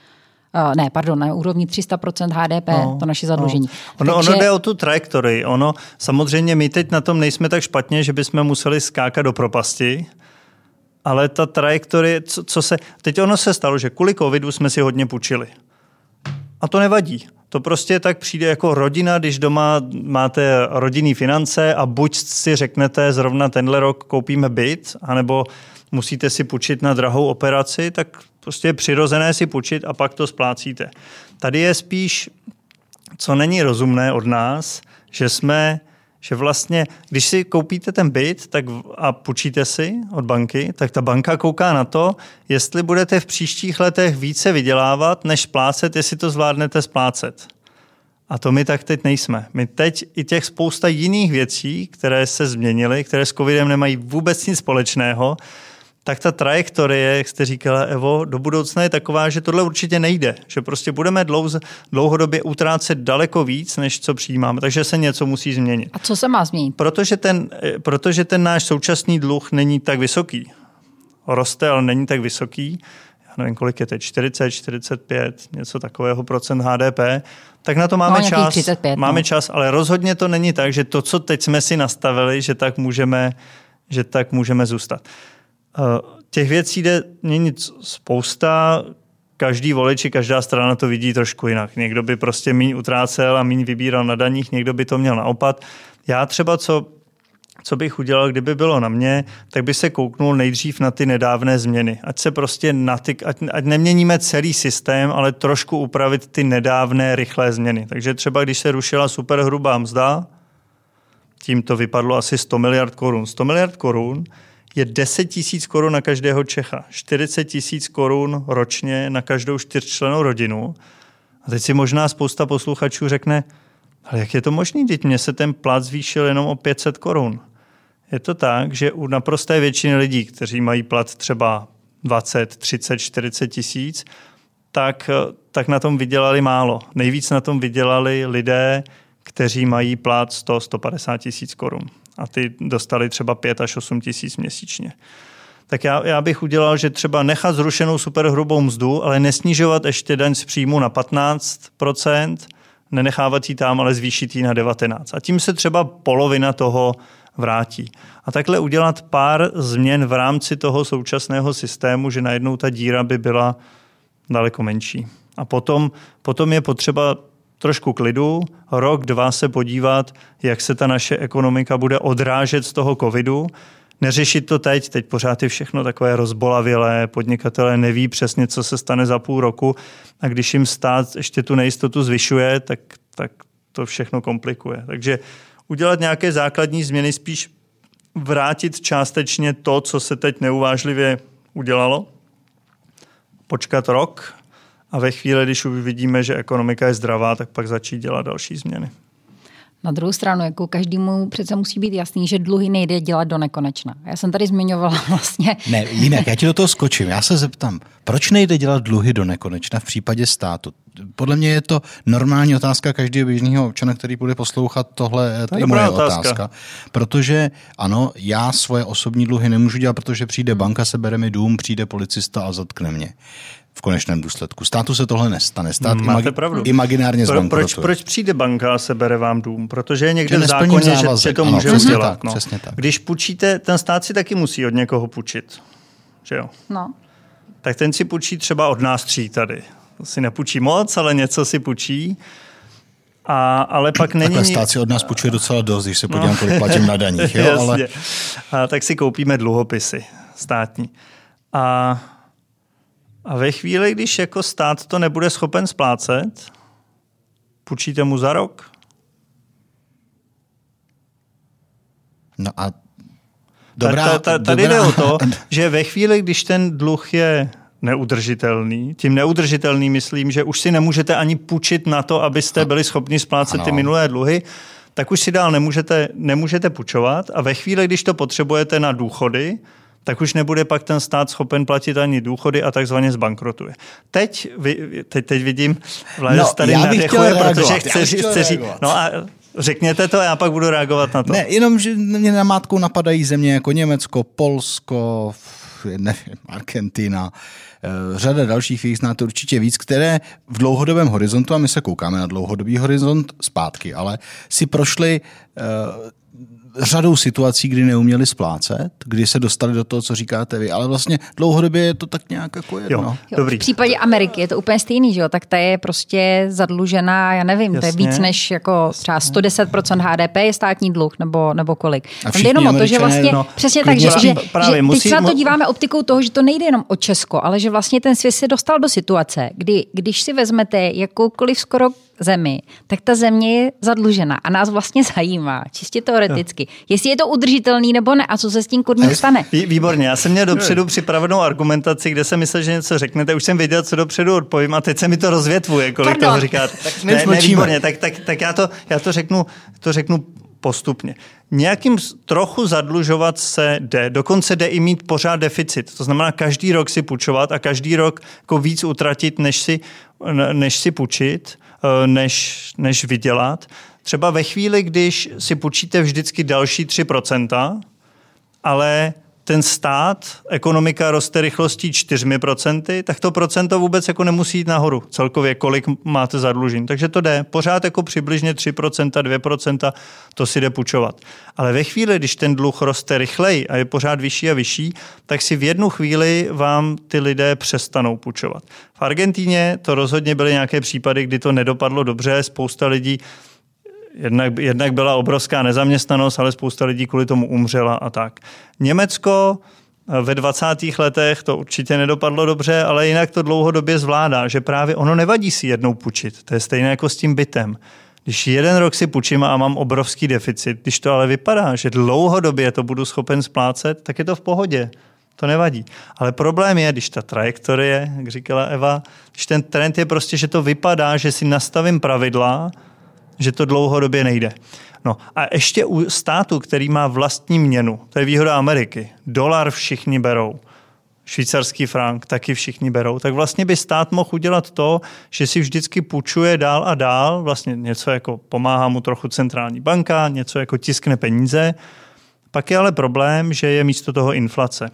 Na úrovni 300% HDP, to naše zadlužení. Ono jde o tu trajektorii. Samozřejmě my teď na tom nejsme tak špatně, že bychom museli skákat do propasti, ale ta trajektorie, teď ono se stalo, že kvůli covidu jsme si hodně půjčili. A to nevadí. To prostě tak přijde jako rodina, když doma máte rodinný finance a buď si řeknete zrovna tenhle rok koupíme byt, anebo musíte si půjčit na drahou operaci, tak prostě je přirozené si půjčit a pak to splácíte. Tady je spíš, co není rozumné od nás, že vlastně, když si koupíte ten byt a půjčíte si od banky, tak ta banka kouká na to, jestli budete v příštích letech více vydělávat, než splácet, jestli to zvládnete splácet. A to my tak teď nejsme. My teď i těch spousta jiných věcí, které se změnily, které s covidem nemají vůbec nic společného, tak ta trajektorie, jak jste říkala, Evo, do budoucna je taková, že tohle určitě nejde. Že prostě budeme dlouhodobě utrácet daleko víc, než co přijímáme. Takže se něco musí změnit. A co se má změnit? Protože ten náš současný dluh není tak vysoký. Roste, ale není tak vysoký. Já nevím, kolik je teď, 40, 45, něco takového procent HDP. Tak na to máme čas. 35, máme čas, ale rozhodně to není tak, že to, co teď jsme si nastavili, že tak můžeme zůstat. Těch věcí jde měnit spousta, každý volič, každá strana to vidí trošku jinak. Někdo by prostě míň utrácel a míň vybíral na daních, někdo by to měl naopak. Já třeba, co bych udělal, kdyby bylo na mě, tak by se kouknul nejdřív na ty nedávné změny. Ať se prostě ať neměníme celý systém, ale trošku upravit ty nedávné rychlé změny. Takže třeba, když se rušila superhrubá mzda, tím to vypadlo asi 100 miliard korun. 100 miliard korun je 10 000 korun na každého Čecha, 40 000 korun ročně na každou 4člennou rodinu. A teď si možná spousta posluchačů řekne, ale jak je to možné, teď mně se ten plat zvýšil jenom o 500 korun. Je to tak, že u naprosté většiny lidí, kteří mají plat třeba 20, 30, 40 tisíc, tak na tom vydělali málo. Nejvíc na tom vydělali lidé, kteří mají plat 100, 150 tisíc korun. A ty dostali třeba 5 až 8 tisíc měsíčně. Tak já bych udělal, že třeba nechat zrušenou superhrubou mzdu, ale nesnižovat ještě daň z příjmu na 15%, nenechávat ji tam, ale zvýšit ji na 19%. A tím se třeba polovina toho vrátí. A takhle udělat pár změn v rámci toho současného systému, že najednou ta díra by byla daleko menší. A potom je potřeba trošku klidu, rok, 2 se podívat, jak se ta naše ekonomika bude odrážet z toho covidu. Neřešit to teď pořád je všechno takové rozbolavělé, podnikatelé neví přesně, co se stane za půl roku a když jim stát ještě tu nejistotu zvyšuje, tak to všechno komplikuje. Takže udělat nějaké základní změny, spíš vrátit částečně to, co se teď neuvážlivě udělalo, počkat rok, a ve chvíli, když už vidíme, že ekonomika je zdravá, tak pak začít dělat další změny. Na druhou stranu, jako každému přece musí být jasný, že dluhy nejde dělat do nekonečna. Já jsem tady zmiňovala vlastně... Ne, jinak, já ti do toho skočím. Já se zeptám, proč nejde dělat dluhy do nekonečna v případě státu? podle mě je to normální otázka každého běžného občana, který bude poslouchat tohle, to je moje otázka. Protože ano, já svoje osobní dluhy nemůžu dělat, protože přijde banka, sebere mi dům, přijde policista a zatkne mě. V konečném důsledku. Státu se tohle nestane. Stát imaginárně zbankrotuje. Proč přijde banka a sebere vám dům? Protože je někde v zákoně, že to může udělat. Přesně tak. Když půjčíte, ten stát si taky musí od někoho půjčit. Že jo? No. Tak ten si půjčí třeba od nás 3 tady. To si nepůjčí moc, ale něco si půjčí. Ale pak není... Takhle stát si od nás půjčuje docela dost, když se podívám, kolik platím na daních. Jo? Ale... tak si koupíme dluhopisy státní. A ve chvíli, když jako stát to nebude schopen splácet, půjčíte mu za rok? No a dobrá, tady jde o to, že ve chvíli, když ten dluh je neudržitelný, tím neudržitelný myslím, že už si nemůžete ani půjčit na to, abyste byli schopni splácet ty minulé dluhy, tak už si dál nemůžete půjčovat a ve chvíli, když to potřebujete na důchody, tak už nebude pak ten stát schopen platit ani důchody a takzvaně zbankrotuje. Teď vidím, Vláďa tady nadechuje, protože chce říct. No a řekněte to a já pak budu reagovat na to. Ne, jenom, že mě namátkou napadají země jako Německo, Polsko, nevím, Argentina, řada dalších, jich znáte určitě víc, které v dlouhodobém horizontu, a my se koukáme na dlouhodobý horizont zpátky, ale si prošli řadou situací, kdy neuměli splácet, kdy se dostali do toho, co říkáte vy, ale vlastně dlouhodobě je to tak nějak jako jedno. V případě Ameriky je to úplně stejný, že jo? Tak ta je prostě zadlužená, já nevím, to je víc než jako třeba 110% HDP je státní dluh, nebo kolik. Tam jde jenom o to, že vlastně přesně tak, že teď se na to díváme optikou toho, že to nejde jenom o Česko, ale že vlastně ten svět se dostal do situace, kdy když si vezmete jakoukoliv skoro zemi, tak ta země je zadlužená a nás vlastně zajímá, čistě teoreticky, jestli je to udržitelný nebo ne a co se s tím kurním stane. Výborně, já jsem měl dopředu připravenou argumentaci, kde jsem myslel, že něco řeknete, už jsem věděl, co dopředu odpovím a teď se mi to rozvětvuje, kolik toho říkáte. Ne, výborně, tak já to řeknu postupně. Nějakým trochu zadlužovat se jde, dokonce jde i mít pořád deficit. To znamená každý rok si půjčovat a každý rok jako víc utratit, než si půjčit, než vydělat. Třeba ve chvíli, když si půjčíte vždycky další 3%, ale ten stát, ekonomika roste rychlostí 4%, tak to procento vůbec jako nemusí jít nahoru. Celkově, kolik máte zadlužení. Takže to jde. Pořád jako přibližně 3%, 2%, to si jde půjčovat. Ale ve chvíli, když ten dluh roste rychleji a je pořád vyšší a vyšší, tak si v jednu chvíli vám ty lidé přestanou půjčovat. V Argentíně to rozhodně byly nějaké případy, kdy to nedopadlo dobře, spousta lidí Jednak byla obrovská nezaměstnanost, ale spousta lidí kvůli tomu umřela a tak. Německo ve 20. letech to určitě nedopadlo dobře, ale jinak to dlouhodobě zvládá, že právě ono nevadí si jednou půjčit. To je stejné jako s tím bytem. Když jeden rok si půjčím a mám obrovský deficit, když to ale vypadá, že dlouhodobě to budu schopen splácet, tak je to v pohodě. To nevadí. Ale problém je, když ta trajektorie, jak říkala Eva, když ten trend je prostě, že to vypadá, že si nastavím pravidla, že to dlouhodobě nejde. No a ještě u státu, který má vlastní měnu, to je výhoda Ameriky, dolar všichni berou, švýcarský frank taky všichni berou, tak vlastně by stát mohl udělat to, že si vždycky půjčuje dál a dál, vlastně něco jako pomáhá mu trochu centrální banka, něco jako tiskne peníze. Pak je ale problém, že je místo toho inflace.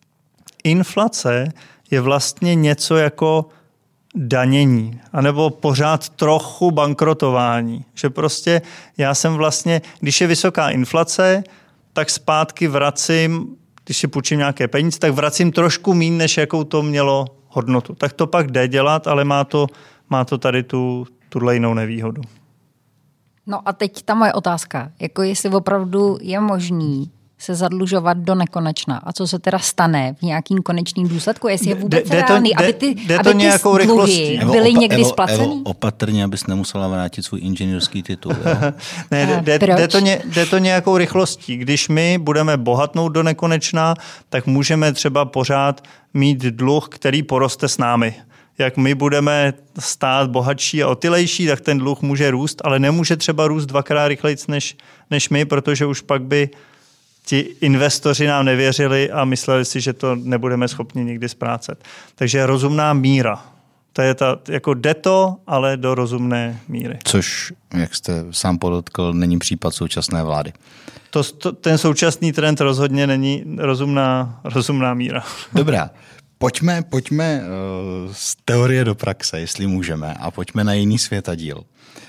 Inflace je vlastně něco jako danění, anebo pořád trochu bankrotování. Že prostě já jsem vlastně, když je vysoká inflace, tak zpátky vracím, když si půjčím nějaké peníze, tak vracím trošku míň, než jakou to mělo hodnotu. Tak to pak jde dělat, ale má to tady tuhle jinou nevýhodu. No a teď ta moje otázka, jako jestli opravdu je možný se zadlužovat do nekonečna. A co se teda stane v nějakým konečným důsledku? Jestli je vůbec reálný, aby ty dluhy byly někdy splacený? Evo, opatrně, abys nemusela vrátit svůj inženýrský titul. Ne, jde to nějakou rychlostí. Když my budeme bohatnout do nekonečna, tak můžeme třeba pořád mít dluh, který poroste s námi. Jak my budeme stát bohatší a otylejší, tak ten dluh může růst, ale nemůže třeba růst 2x rychleji než my, protože už pak by ti investoři nám nevěřili a mysleli si, že to nebudeme schopni nikdy splácet. Takže rozumná míra To je jako jde to, ale do rozumné míry. Což, jak jste sám podotkl, není případ současné vlády. Ten současný trend rozhodně není rozumná míra. Dobrá. Pojďme z teorie do praxe, jestli můžeme, a pojďme na jiný světadíl.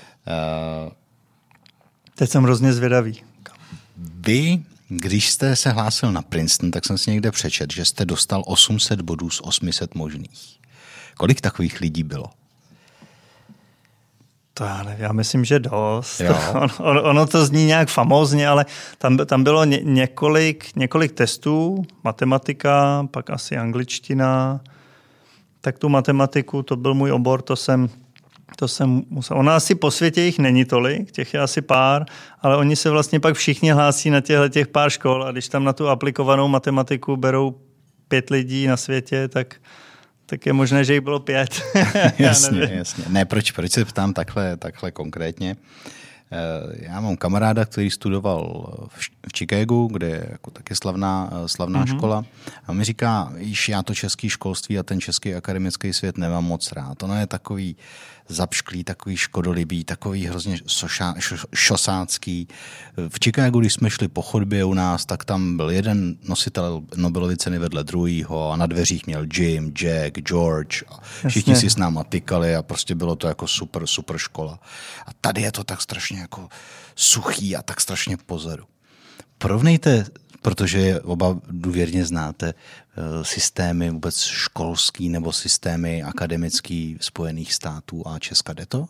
Teď jsem hrozně zvědavý. Vy, když jste se hlásil na Princeton, tak jsem si někde přečet, že jste dostal 800 bodů z 800 možných. Kolik takových lidí bylo? To já nevím, já myslím, že dost. Ono to zní nějak famózně, ale tam bylo několik testů, matematika, pak asi angličtina, tak tu matematiku, to byl můj obor, to jsem musel. Ona asi po světě jich není tolik, těch je asi pár, ale oni se vlastně pak všichni hlásí na těch pár škol a když tam na tu aplikovanou matematiku berou 5 lidí na světě, tak je možné, že jich bylo 5. Jasně. Ne, proč se ptám takhle konkrétně? Já mám kamaráda, který studoval v Chicagu, kde je jako taky slavná škola. A mi říká, já to české školství a ten český akademický svět nemám moc rád. Ono je takový zapšklý, takový škodolibý, takový hrozně šosácký. V Chicagu, když jsme šli po chodbě u nás, tak tam byl jeden nositel Nobelovy ceny vedle druhýho a na dveřích měl Jim, Jack, George. A všichni si s náma tykali a prostě bylo to jako super škola. A tady je to tak strašně jako suchý a tak strašně pozadu. Porovnejte, protože oba důvěrně znáte systémy vůbec školský nebo systémy akademický Spojených států a Česka. Jde to?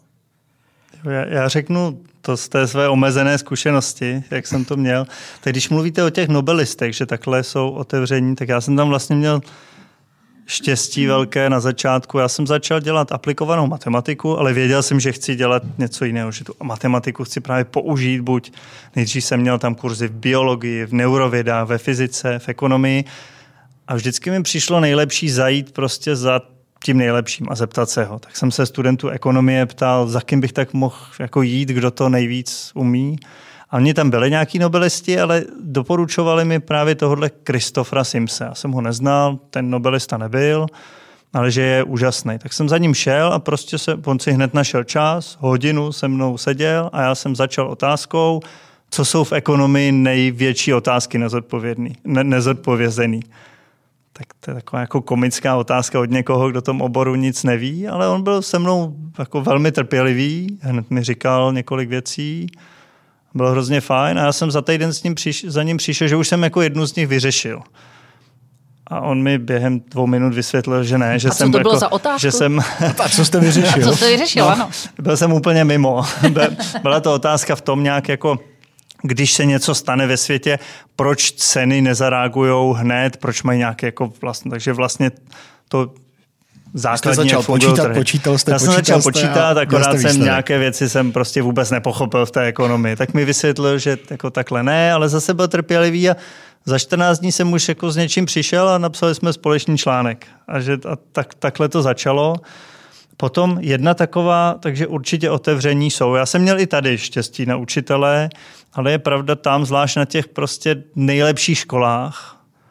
Já řeknu to z té své omezené zkušenosti, jak jsem to měl. Tak když mluvíte o těch nobelistech, že takhle jsou otevření, tak já jsem tam vlastně měl štěstí velké na začátku. Já jsem začal dělat aplikovanou matematiku, ale věděl jsem, že chci dělat něco jiného, že tu matematiku chci právě použít, buď nejdřív jsem měl tam kurzy v biologii, v neurovědách, ve fyzice, v ekonomii a vždycky mi přišlo nejlepší zajít prostě za tím nejlepším a zeptat se ho. Tak jsem se studentů ekonomie ptal, za kým bych tak mohl jako jít, kdo to nejvíc umí. A oni tam byli nějaký nobelisti, ale doporučovali mi právě tohohle Christophera Simse. Já jsem ho neznal, ten nobelista nebyl, ale že je úžasný. Tak jsem za ním šel a prostě on si hned našel čas, hodinu se mnou seděl a já jsem začal otázkou, co jsou v ekonomii největší otázky nezodpovězený. Tak to je taková jako komická otázka od někoho, kdo tom oboru nic neví, ale on byl se mnou jako velmi trpělivý, hned mi říkal několik věcí. Bylo hrozně fajn a já jsem za týden za ním přišel, že už jsem jako jednu z nich vyřešil. A on mi během 2 minut vysvětlil, že ne. Že a co to bylo za otázku? A co jste vyřešil? Co jste vyřešil, ano. Byl jsem úplně mimo. Byla to otázka v tom nějak jako, když se něco stane ve světě, proč ceny nezareagujou hned, proč mají nějaké jako vlastně, takže vlastně to základně počítal jste. Já jsem začal počítat, akorát jsem nějaké věci jsem prostě vůbec nepochopil v té ekonomii. Tak mi vysvětlil, že jako takhle ne, ale zase byl trpělivý a za 14 dní jsem už jako s něčím přišel a napsali jsme společný článek. A takhle to začalo. Potom jedna taková, takže určitě otevření jsou. Já jsem měl i tady štěstí na učitele, ale je pravda tam, zvlášť na těch prostě nejlepších školách,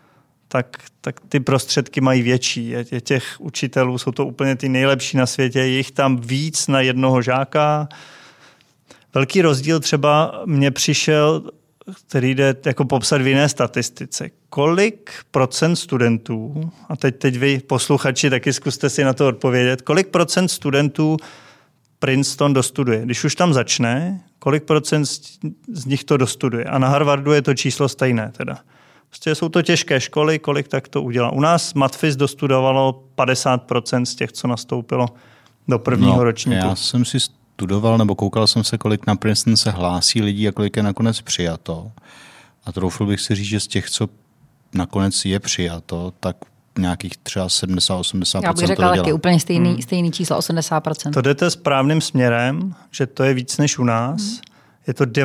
tak ty prostředky mají větší. Je těch učitelů, jsou to úplně ty nejlepší na světě, je jich tam víc na jednoho žáka. Velký rozdíl třeba mně přišel, který jde jako popsat v jiné statistice. Kolik procent studentů, a teď vy posluchači taky zkuste si na to odpovědět, kolik procent studentů Princeton dostuduje? Když už tam začne, kolik procent z nich to dostuduje? A na Harvardu je to číslo stejné teda. Prostě jsou to těžké školy, kolik tak to udělá. U nás Matfis dostudovalo 50% z těch, co nastoupilo do prvního ročníku. Já jsem si studoval, nebo koukal jsem se, kolik na Princeton se hlásí lidí a kolik je nakonec přijato. A troufl bych si říct, že z těch, co nakonec je přijato, tak nějakých třeba 70-80% Já bych řekla taky úplně stejný číslo, 80%. To jdete správným směrem, že to je víc než u nás. Je to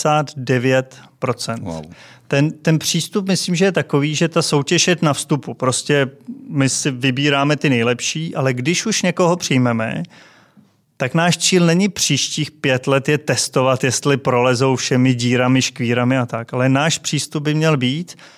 99%. Wow. Ten přístup, myslím, že je takový, že ta soutěž je na vstupu. Prostě my si vybíráme ty nejlepší, ale když už někoho přijmeme, tak náš cíl není příštích 5 let je testovat, jestli prolezou všemi dírami, škvírami a tak. Ale náš přístup by měl být,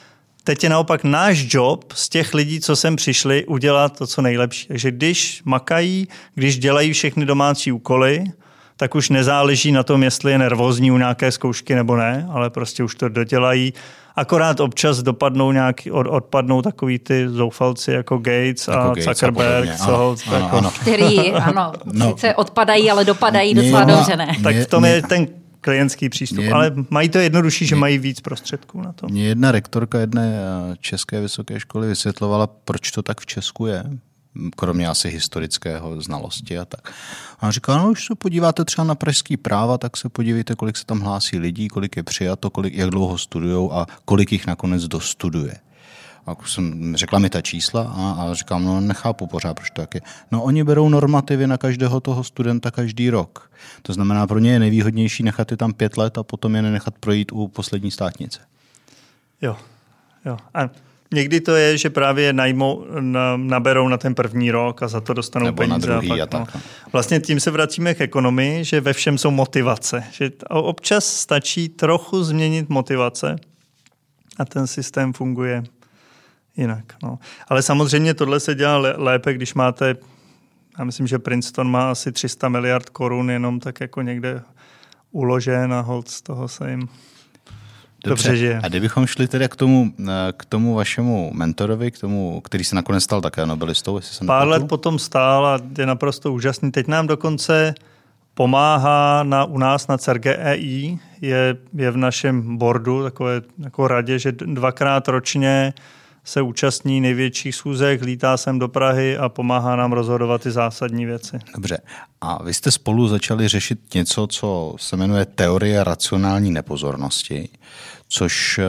teď je naopak náš job z těch lidí, co sem přišli, udělat to, co nejlepší. Takže když makají, když dělají všechny domácí úkoly, tak už nezáleží na tom, jestli je nervózní u nějaké zkoušky nebo ne, ale prostě už to dodělají. Akorát občas odpadnou takový ty zoufalci jako Gates a Zuckerberg, který sice odpadají, ale dopadají docela dobře, ne? Tak v tom je ten klientský přístup, ale mají to jednodušší, že mají víc prostředků na to. Mě jedna rektorka jedné české vysoké školy vysvětlovala, proč to tak v Česku je, kromě asi historického znalosti a tak. A on říkal, no, když se podíváte třeba na pražský práva, tak se podívejte, kolik se tam hlásí lidí, kolik je přijato, jak dlouho studujou a kolik jich nakonec dostuduje. A řekla mi ta čísla a říkám, no nechápu pořád, proč to tak je. No oni berou normativy na každého toho studenta každý rok. To znamená, pro ně je nejvýhodnější nechat je tam 5 let a potom je nenechat projít u poslední státnice. Jo. A někdy to je, že právě naberou na ten první rok a za to dostanou nebo peníze. Na druhý a tak. No. Vlastně tím se vracíme k ekonomii, že ve všem jsou motivace. Že občas stačí trochu změnit motivace a ten systém funguje jinak. No. Ale samozřejmě tohle se dělá lépe, když máte, já myslím, že Princeton má asi 300 miliard korun jenom tak jako někde uložen a holt z toho se jim dobře žije. A kdybychom šli tedy k tomu vašemu mentorovi, který se nakonec stal také nobelistou, jestli jsem Pár let potom stál a je naprosto úžasný. Teď nám dokonce pomáhá u nás na CERGEI, je v našem boardu, takové jako radě, že 2krát ročně se účastní největších schůzek, lítá sem do Prahy a pomáhá nám rozhodovat ty zásadní věci. Dobře. A vy jste spolu začali řešit něco, co se jmenuje teorie racionální nepozornosti, což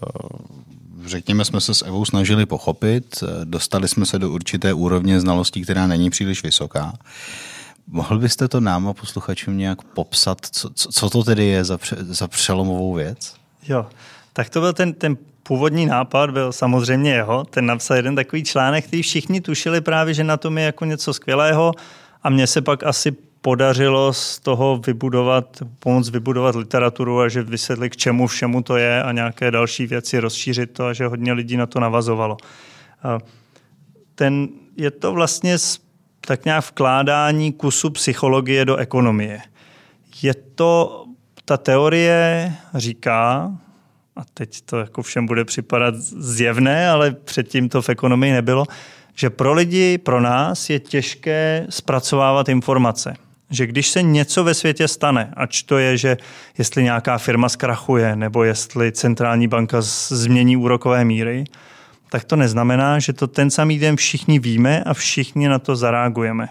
řekněme jsme se s Evou snažili pochopit. Dostali jsme se do určité úrovně znalostí, která není příliš vysoká. Mohl byste to nám a posluchačům nějak popsat, co to tedy je za přelomovou věc? Jo, tak to byl ten původní nápad, byl samozřejmě jeho. Ten napsal jeden takový článek, který všichni tušili právě, že na tom je jako něco skvělého a mně se pak asi podařilo z toho pomoct vybudovat literaturu a že vysvětlit, k čemu všemu to je a nějaké další věci, rozšířit to a že hodně lidí na to navazovalo. Je to vlastně tak nějak vkládání kusu psychologie do ekonomie. Ta teorie říká, a teď to jako všem bude připadat zjevné, ale předtím to v ekonomii nebylo, že pro nás je těžké zpracovávat informace. Že když se něco ve světě stane, ač to je, že jestli nějaká firma zkrachuje, nebo jestli centrální banka změní úrokové míry, tak to neznamená, že to ten samý den všichni víme a všichni na to zareagujeme.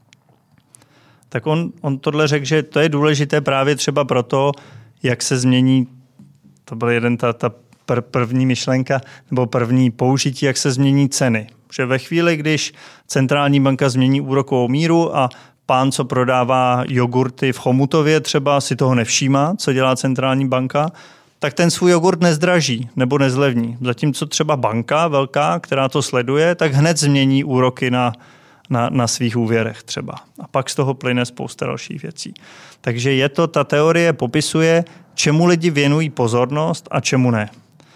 Tak on tohle řekl, že to je důležité právě třeba proto, jak se změní, to byl ta první myšlenka, nebo první použití, jak se změní ceny. Že ve chvíli, když centrální banka změní úrokovou míru a pán, co prodává jogurty v Chomutově, třeba si toho nevšímá, co dělá centrální banka, tak ten svůj jogurt nezdraží nebo nezlevní. Zatímco třeba banka velká, která to sleduje, tak hned změní úroky na svých úvěrech třeba. A pak z toho plyne spousta dalších věcí. Takže ta teorie popisuje, čemu lidi věnují pozornost a čemu ne.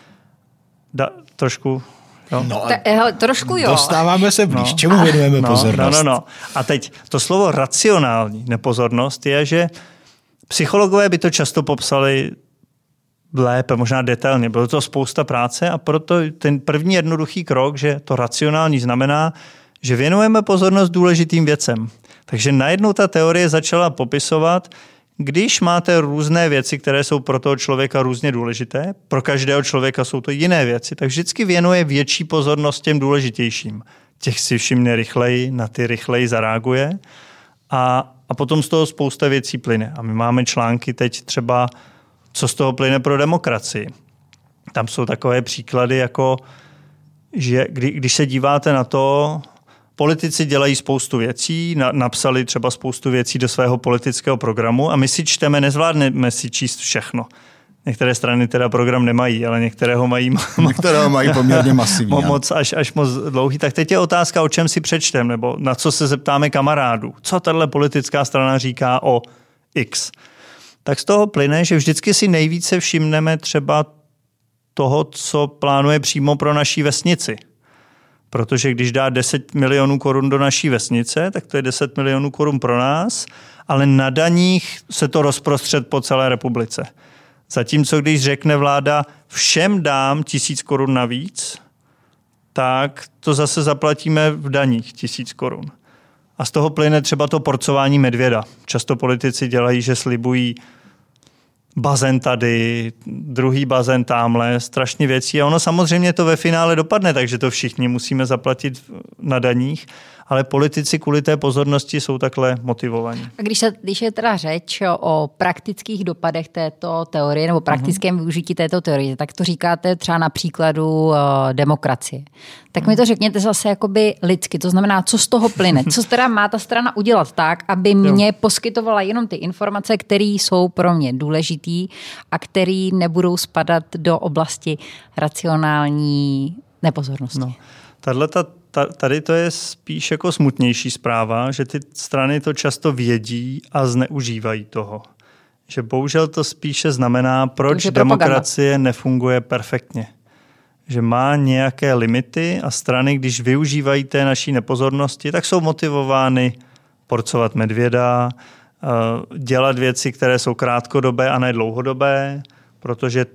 Trošku... Jo. No, trošku jo. Dostáváme se blíž. Čemu věnujeme pozornost? No. A teď to slovo racionální nepozornost je, že psychologové by to často popsali lépe, možná detailně. Bylo to spousta práce a proto ten první jednoduchý krok, že to racionální znamená, že věnujeme pozornost důležitým věcem. Takže najednou ta teorie začala popisovat, když máte různé věci, které jsou pro toho člověka různě důležité, pro každého člověka jsou to jiné věci, tak vždycky věnuje větší pozornost těm důležitějším. Těch si všimne rychleji, na ty rychleji zareaguje a potom z toho spousta věcí plyne. A my máme články teď třeba, co z toho plyne pro demokracii. Tam jsou takové příklady, jako že když se díváte na to, politici dělají spoustu věcí, napsali třeba spoustu věcí do svého politického programu a my si čteme, nezvládneme si číst všechno. Některé strany teda program nemají, ale některé ho mají. Některé ho mají poměrně masivní. Až moc dlouhý. Tak teď je otázka, o čem si přečtem, nebo na co se zeptáme kamarádů. Co tahle politická strana říká o X? Tak z toho plyne, že vždycky si nejvíce všimneme třeba toho, co plánuje přímo pro naší vesnici. Protože když dá 10 milionů korun do naší vesnice, tak to je 10 milionů korun pro nás, ale na daních se to rozprostřed po celé republice. Zatímco když řekne vláda, všem dám 1000 korun navíc, tak to zase zaplatíme v daních 1000 korun. A z toho plyne třeba to porcování medvěda. Často politici dělají, že slibují bazén tady, druhý bazén tamhle, strašně věcí. A ono samozřejmě to ve finále dopadne, takže to všichni musíme zaplatit na daních, ale politici kvůli té pozornosti jsou takhle motivovaní. A když je teda řeč o praktických dopadech této teorie nebo praktickém využití této teorie, tak to říkáte třeba na příkladu demokracie. Tak mi to řekněte zase jakoby lidsky, to znamená, co z toho plyne, co teda má ta strana udělat tak, aby mě poskytovala jenom ty informace, které jsou pro mě důležitý a které nebudou spadat do oblasti racionální nepozornosti. No. Tady to je spíš jako smutnější zpráva, že ty strany to často vědí a zneužívají toho. Že bohužel to spíše znamená, proč demokracie nefunguje perfektně. Že má nějaké limity a strany, když využívají té naší nepozornosti, tak jsou motivovány porcovat medvěda, dělat věci, které jsou krátkodobé a ne dlouhodobé, protože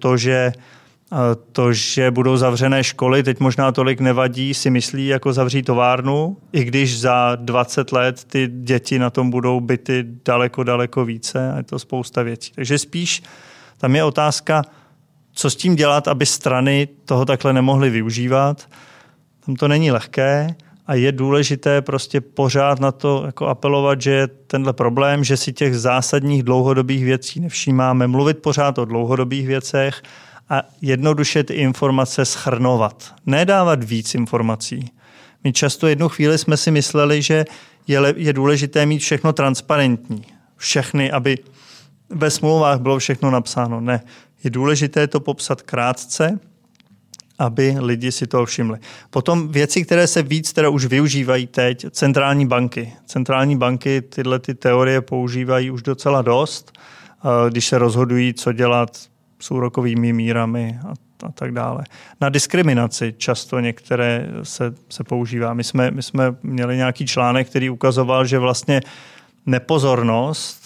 to, že budou zavřené školy, teď možná tolik nevadí, si myslí jako zavřít továrnu, i když za 20 let ty děti na tom budou bity daleko více a je to spousta věcí. Takže spíš tam je otázka, co s tím dělat, aby strany toho takhle nemohly využívat. Tam to není lehké a je důležité prostě pořád na to jako apelovat, že je tenhle problém, že si těch zásadních dlouhodobých věcí nevšímáme, mluvit pořád o dlouhodobých věcech a jednoduše ty informace shrnovat. Nedávat víc informací. My často jednu chvíli jsme si mysleli, že je důležité mít všechno transparentní. Všechny, aby ve smlouvách bylo všechno napsáno. Ne. Je důležité to popsat krátce, aby lidi si toho všimli. Potom věci, které se víc teda už využívají teď, centrální banky. Centrální banky tyhle ty teorie používají už docela dost, když se rozhodují, co dělat s úrokovými mírami a tak dále. Na diskriminaci často některé se používá. My jsme měli nějaký článek, který ukazoval, že vlastně nepozornost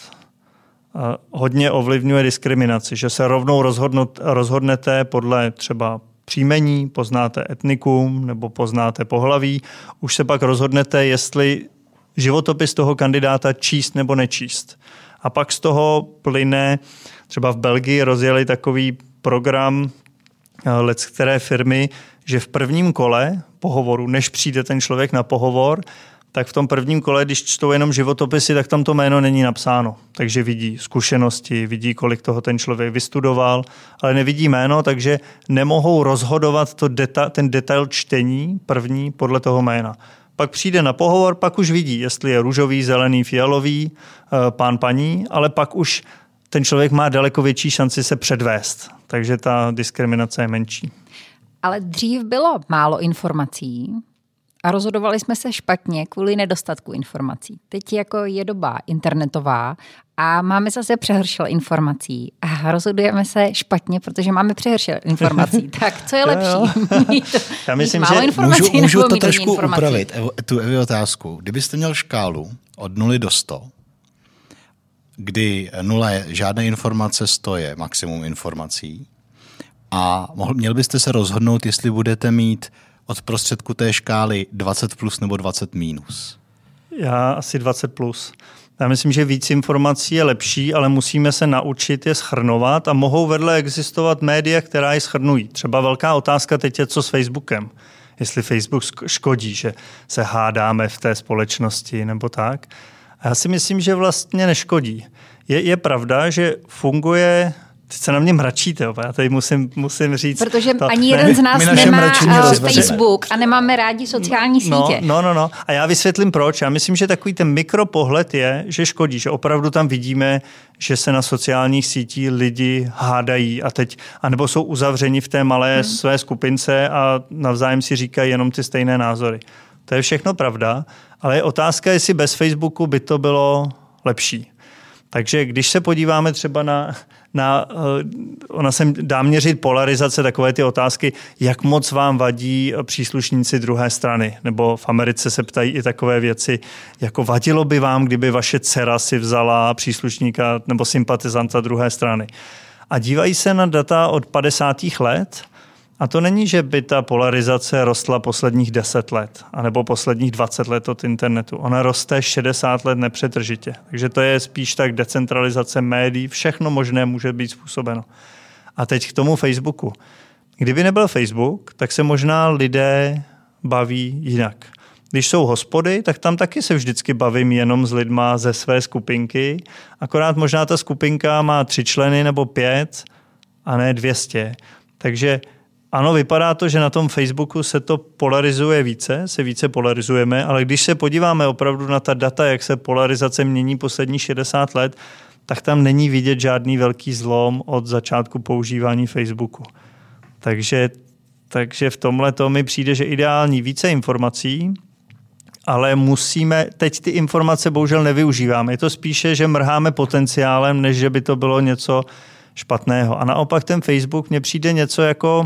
hodně ovlivňuje diskriminaci, že se rovnou rozhodnete podle třeba příjmení, poznáte etnikum nebo poznáte pohlaví, už se pak rozhodnete, jestli životopis toho kandidáta číst nebo nečíst. A pak z toho plyne, třeba v Belgii rozjeli takový program leckteré firmy, že v prvním kole pohovoru, než přijde ten člověk na pohovor, tak v tom prvním kole, když čtou jenom životopisy, tak tam to jméno není napsáno. Takže vidí zkušenosti, vidí, kolik toho ten člověk vystudoval, ale nevidí jméno, takže nemohou rozhodovat ten detail čtení první podle toho jména. Pak přijde na pohovor, pak už vidí, jestli je růžový, zelený, fialový, pán, paní, ale pak už ten člověk má daleko větší šanci se předvést. Takže ta diskriminace je menší. Ale dřív bylo málo informací a rozhodovali jsme se špatně kvůli nedostatku informací. Teď jako je doba internetová a máme zase přehršel informací a rozhodujeme se špatně, protože máme přehršel informací. Tak co je lepší? Já myslím, že můžu to trošku upravit, tu otázku. Kdybyste měl škálu od 0 do 100, kdy 0 je žádné informace, 100 je maximum informací a měl byste se rozhodnout, jestli budete mít od prostředku té škály 20 plus nebo 20 minus. Já asi 20 plus. Já myslím, že víc informací je lepší, ale musíme se naučit je shrnovat a mohou vedle existovat média, která je shrnují. Třeba velká otázka teď je, co s Facebookem. Jestli Facebook škodí, že se hádáme v té společnosti nebo tak. A já si myslím, že vlastně neškodí. Je pravda, že funguje. Teď se na mě mračíte, já tady musím říct. Protože ani jeden z nás nemá Facebook a nemáme rádi sociální sítě. No. A já vysvětlím proč. Já myslím, že takový ten mikropohled je, že škodí, že opravdu tam vidíme, že se na sociálních sítích lidi hádají anebo jsou uzavřeni v té malé své skupince a navzájem si říkají jenom ty stejné názory. To je všechno pravda, ale je otázka, jestli bez Facebooku by to bylo lepší. Takže když se podíváme třeba ona se dá měřit polarizace, takové ty otázky, jak moc vám vadí příslušníci druhé strany. Nebo v Americe se ptají i takové věci, jako vadilo by vám, kdyby vaše dcera si vzala příslušníka nebo sympatizanta druhé strany. A dívají se na data od 50. let a to není, že by ta polarizace rostla posledních 10 let anebo posledních 20 let od internetu. Ona roste 60 let nepřetržitě. Takže to je spíš tak decentralizace médií, všechno možné může být způsobeno. A teď k tomu Facebooku. Kdyby nebyl Facebook, tak se možná lidé baví jinak. Když jsou hospody, tak tam taky se vždycky bavím jenom s lidma ze své skupinky. Akorát možná ta skupinka má 3 členy nebo 5 a ne 200. Takže ano, vypadá to, že na tom Facebooku se to polarizuje více, se více polarizujeme, ale když se podíváme opravdu na ta data, jak se polarizace mění poslední 60 let, tak tam není vidět žádný velký zlom od začátku používání Facebooku. Takže v tomhle to mi přijde, že ideální více informací, ale musíme, teď ty informace bohužel nevyužíváme. Je to spíše, že mrháme potenciálem, než že by to bylo něco špatného. A naopak ten Facebook mně přijde něco jako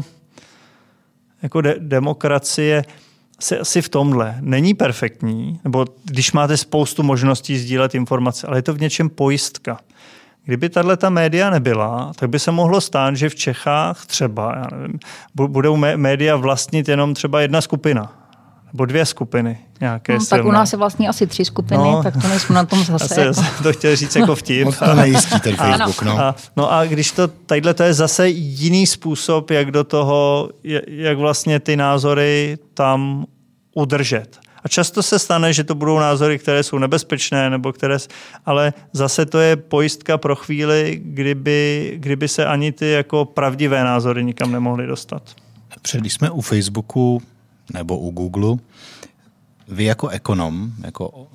demokracie asi v tomhle. Není perfektní, nebo když máte spoustu možností sdílet informace, ale je to v něčem pojistka. Kdyby tato média nebyla, tak by se mohlo stát, že v Čechách třeba, já nevím, budou média vlastnit jenom třeba jedna skupina. Nebo 2 skupiny nějaké tak u nás je vlastně asi 3 skupiny, tak to nejsme na tom zase. To chtěl říct jako vtip. Moc to nejistí ten Facebook. A když tadyhle to je zase jiný způsob, jak do toho, jak vlastně ty názory tam udržet. A často se stane, že to budou názory, které jsou nebezpečné, nebo ale zase to je pojistka pro chvíli, kdyby se ani ty jako pravdivé názory nikam nemohly dostat. Když jsme u Facebooku nebo u Google, vy jako ekonom, jako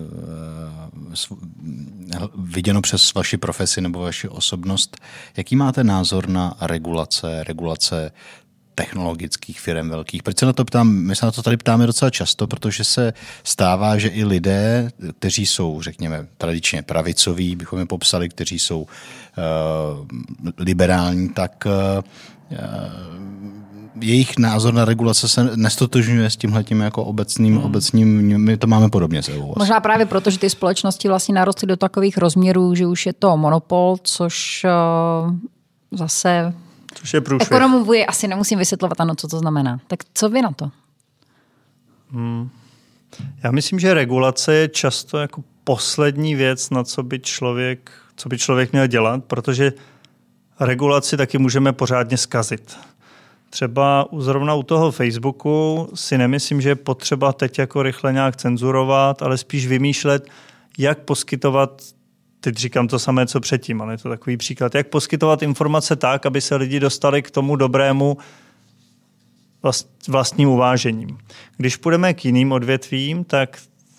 viděno přes vaši profesi nebo vaši osobnost, jaký máte názor na regulace technologických firm velkých? Proč se na to ptám? My se na to tady ptáme docela často, protože se stává, že i lidé, kteří jsou, řekněme, tradičně pravicoví, bychom je popsali, kteří jsou liberální, tak jejich názor na regulace se nestotožňuje s tímhletím jako obecným, my to máme podobně se u vás. Možná právě proto, že ty společnosti vlastně narostly do takových rozměrů, že už je to monopol, což zase je průšvih. Ekonomovi asi nemusím vysvětlovat, co to znamená. Tak co vy na to? Já myslím, že regulace je často jako poslední věc, na co by člověk měl dělat, protože regulaci taky můžeme pořádně zkazit. Třeba zrovna u toho Facebooku si nemyslím, že je potřeba teď jako rychle nějak cenzurovat, ale spíš vymýšlet, jak poskytovat, teď říkám to samé, co předtím, ale je to takový příklad, jak poskytovat informace tak, aby se lidi dostali k tomu dobrému vlastním uvážením. Když půjdeme k jiným odvětvím, tak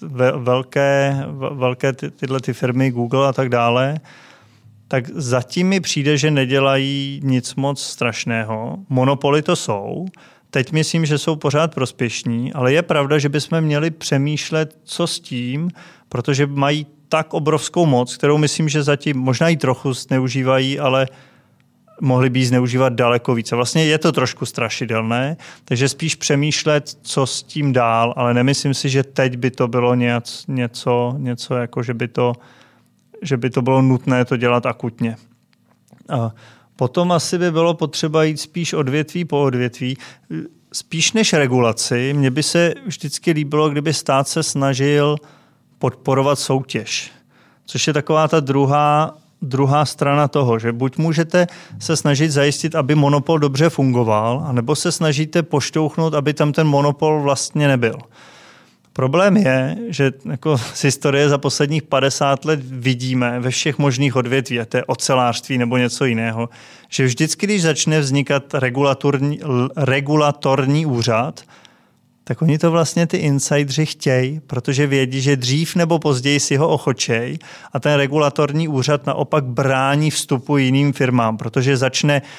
velké tyhle ty firmy, Google a tak dále, tak zatím mi přijde, že nedělají nic moc strašného. Monopoly to jsou. Teď myslím, že jsou pořád prospěšní, ale je pravda, že bychom měli přemýšlet, co s tím, protože mají tak obrovskou moc, kterou myslím, že zatím možná i trochu zneužívají, ale mohli by ji zneužívat daleko více. Vlastně je to trošku strašidelné, takže spíš přemýšlet, co s tím dál, ale nemyslím si, že teď by to bylo něco jako, že by to bylo nutné to dělat akutně. A potom asi by bylo potřeba jít spíš odvětví po odvětví. Spíš než regulaci, mně by se vždycky líbilo, kdyby stát se snažil podporovat soutěž. Což je taková ta druhá strana toho, že buď můžete se snažit zajistit, aby monopol dobře fungoval, anebo se snažíte poštouchnout, aby tam ten monopol vlastně nebyl. Problém je, že jako z historie za posledních 50 let vidíme ve všech možných odvětví, a to je ocelářství nebo něco jiného, že vždycky, když začne vznikat regulatorní úřad, tak oni to vlastně ty insidři chtějí, protože vědí, že dřív nebo později si ho ochočej a ten regulatorní úřad naopak brání vstupu jiným firmám, protože začne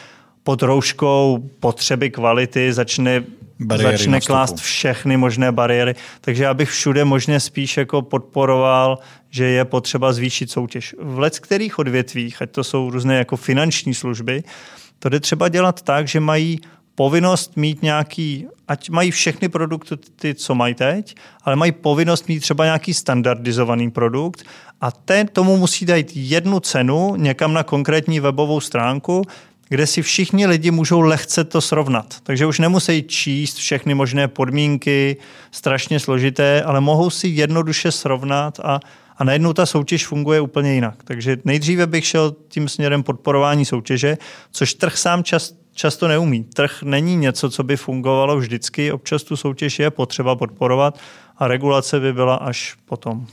pod rouškou potřeby kvality začne klást všechny možné bariéry. Takže já bych všude možně spíš jako podporoval, že je potřeba zvýšit soutěž. V leckterých odvětvích, ať to jsou různé jako finanční služby, to jde třeba dělat tak, že mají povinnost mít nějaký, ať mají všechny produkty, co mají teď, ale mají povinnost mít třeba nějaký standardizovaný produkt a tomu musí dát jednu cenu někam na konkrétní webovou stránku, kde si všichni lidi můžou lehce to srovnat. Takže už nemusí číst všechny možné podmínky, strašně složité, ale mohou si jednoduše srovnat a najednou ta soutěž funguje úplně jinak. Takže nejdříve bych šel tím směrem podporování soutěže, což trh sám často neumí. Trh není něco, co by fungovalo vždycky, občas tu soutěž je potřeba podporovat a regulace by byla až potom.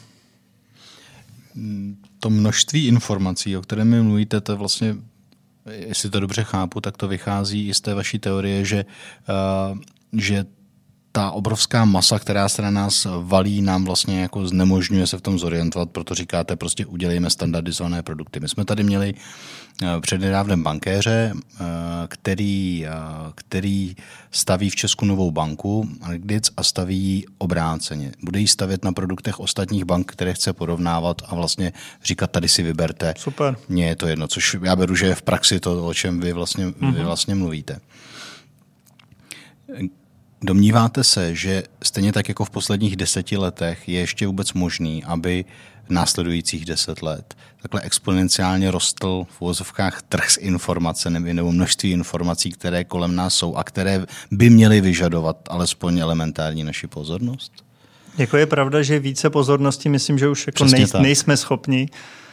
To množství informací, o které mi mluvíte, to vlastně, jestli to dobře chápu, tak to vychází i z té vaší teorie, že ta obrovská masa, která se na nás valí, nám vlastně jako znemožňuje se v tom zorientovat, proto říkáte prostě udělejme standardizované produkty. My jsme tady měli přednedávnem bankéře, který staví v Česku novou banku a staví ji obráceně. Bude ji stavět na produktech ostatních bank, které chce porovnávat a vlastně říkat, tady si vyberte. Super. Mně je to jedno, což já beru, že je v praxi to, o čem vy vlastně mluvíte. Domníváte se, že stejně tak jako v posledních 10 letech je ještě vůbec možný, aby v následujících 10 let takhle exponenciálně rostl v uvozovkách trh s informacemi nebo množství informací, které kolem nás jsou a které by měly vyžadovat alespoň elementární naši pozornost? Jako je pravda, že více pozornosti, myslím, že už jako nejsme schopni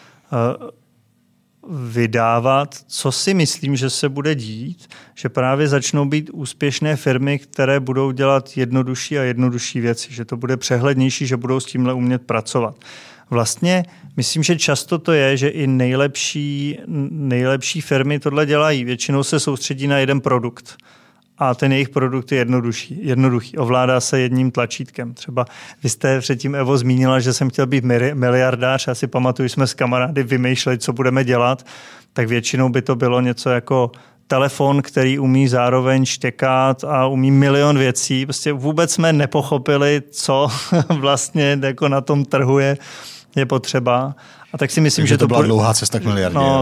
vydávat, co si myslím, že se bude dít, že právě začnou být úspěšné firmy, které budou dělat jednodušší a jednodušší věci, že to bude přehlednější, že budou s tímhle umět pracovat. Vlastně myslím, že často to je, že i nejlepší firmy tohle dělají. Většinou se soustředí na jeden produkt. A ten jejich produkt je jednoduchý. Ovládá se jedním tlačítkem. Třeba vy jste předtím, Evo, zmínila, že jsem chtěl být miliardář. Já si pamatuju, jsme s kamarády vymýšleli, co budeme dělat. Tak většinou by to bylo něco jako telefon, který umí zároveň štěkat a umí milion věcí. Prostě vůbec jsme nepochopili, co vlastně jako na tom trhu je potřeba. A tak si myslím, že to byla dlouhá cesta k miliardě. No,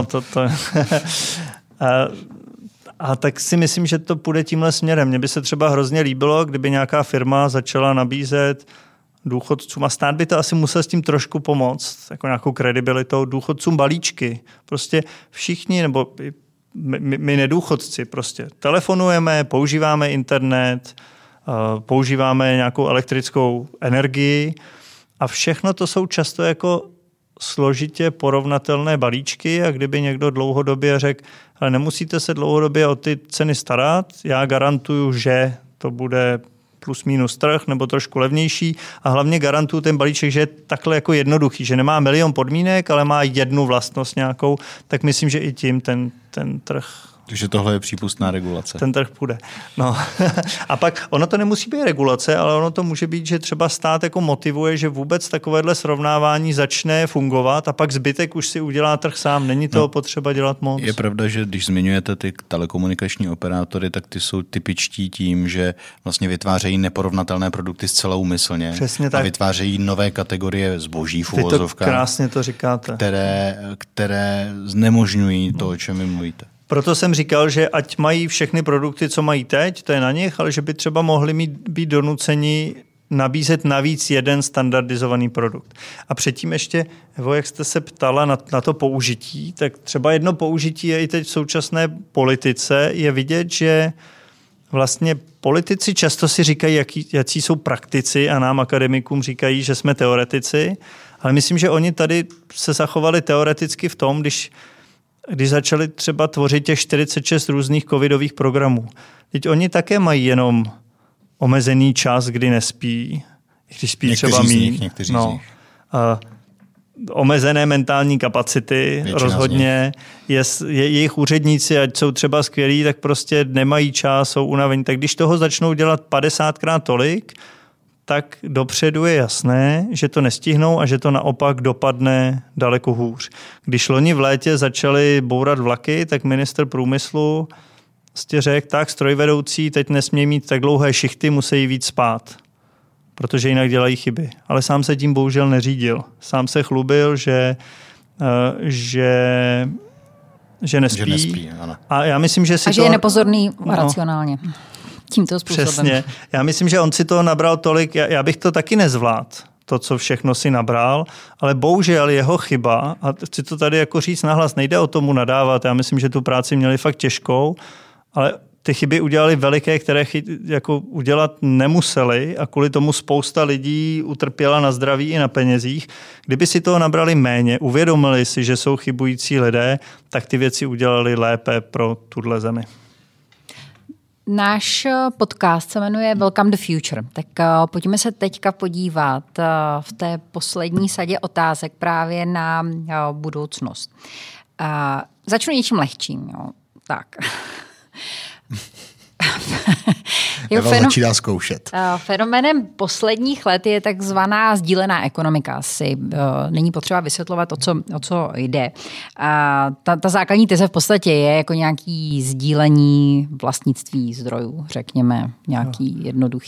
A tak si myslím, že to půjde tímhle směrem. Mně by se třeba hrozně líbilo, kdyby nějaká firma začala nabízet důchodcům, a stát by to asi musel s tím trošku pomoct, jako nějakou kredibilitou, důchodcům balíčky. Prostě všichni, nebo my nedůchodci, prostě telefonujeme, používáme internet, používáme nějakou elektrickou energii a všechno to jsou často jako složitě porovnatelné balíčky a kdyby někdo dlouhodobě řekl, ale nemusíte se dlouhodobě o ty ceny starat, já garantuju, že to bude plus minus trh nebo trošku levnější a hlavně garantuju ten balíček, že je takhle jako jednoduchý, že nemá milion podmínek, ale má jednu vlastnost nějakou, tak myslím, že i tím ten trh. Takže tohle je přípustná regulace. Ten trh půjde. No. A pak ono to nemusí být regulace, ale ono to může být, že třeba stát jako motivuje, že vůbec takovéhle srovnávání začne fungovat a pak zbytek už si udělá trh sám. Není toho potřeba dělat moc. Je pravda, že když zmiňujete ty telekomunikační operátory, tak ty jsou typičtí tím, že vlastně vytvářejí neporovnatelné produkty zcela úmyslně. Přesně tak. A vytvářejí nové kategorie zboží v uvozovkách. Krásně to říkáte. Které znemožňují to, o čem vy mluvíte. Proto jsem říkal, že ať mají všechny produkty, co mají teď, to je na nich, ale že by třeba mohli být donuceni nabízet navíc jeden standardizovaný produkt. A předtím ještě, Evo, jak jste se ptala na to použití, tak třeba jedno použití je i teď v současné politice, je vidět, že vlastně politici často si říkají, jaký jsou praktici a nám akademikům říkají, že jsme teoretici, ale myslím, že oni tady se zachovali teoreticky v tom, když začali třeba tvořit těch 46 různých covidových programů. Teď oni také mají jenom omezený čas, kdy nespí, když spí třeba míň. Někteří z nich. Omezené mentální kapacity, většina rozhodně. Jejich úředníci, ať jsou třeba skvělí, tak prostě nemají čas, jsou unavení. Tak když toho začnou dělat 50krát tolik, tak dopředu je jasné, že to nestihnou a že to naopak dopadne daleko hůř. Když loni v létě začali bourat vlaky, tak ministr průmyslu řekl, tak strojvedoucí teď nesmí mít tak dlouhé šichty, musí víc spát, protože jinak dělají chyby. Ale sám se tím bohužel neřídil. Sám se chlubil, že nespí. Že nespí, ano. A já myslím, že si že je nepozorný racionálně. Tímto způsobem. Přesně. Já myslím, že on si toho nabral tolik, já bych to taky nezvládl, to, co všechno si nabral, ale bohužel jeho chyba, a chci to tady jako říct nahlas, nejde o tomu nadávat, já myslím, že tu práci měli fakt těžkou, ale ty chyby udělali veliké, které jako udělat nemuseli a kvůli tomu spousta lidí utrpěla na zdraví i na penězích. Kdyby si toho nabrali méně, uvědomili si, že jsou chybující lidé, tak ty věci udělali lépe pro tuhle zemi. Náš podcast se jmenuje Welcome the Future, tak pojďme se teďka podívat v té poslední sadě otázek právě na budoucnost. Začnu něčím lehčím. Jo. Tak. Začíná zkoušet. Fenoménem posledních let je takzvaná sdílená ekonomika. Asi není potřeba vysvětlovat, o co jde. Ta základní teze v podstatě je jako nějaký sdílení vlastnictví zdrojů, řekněme, nějaký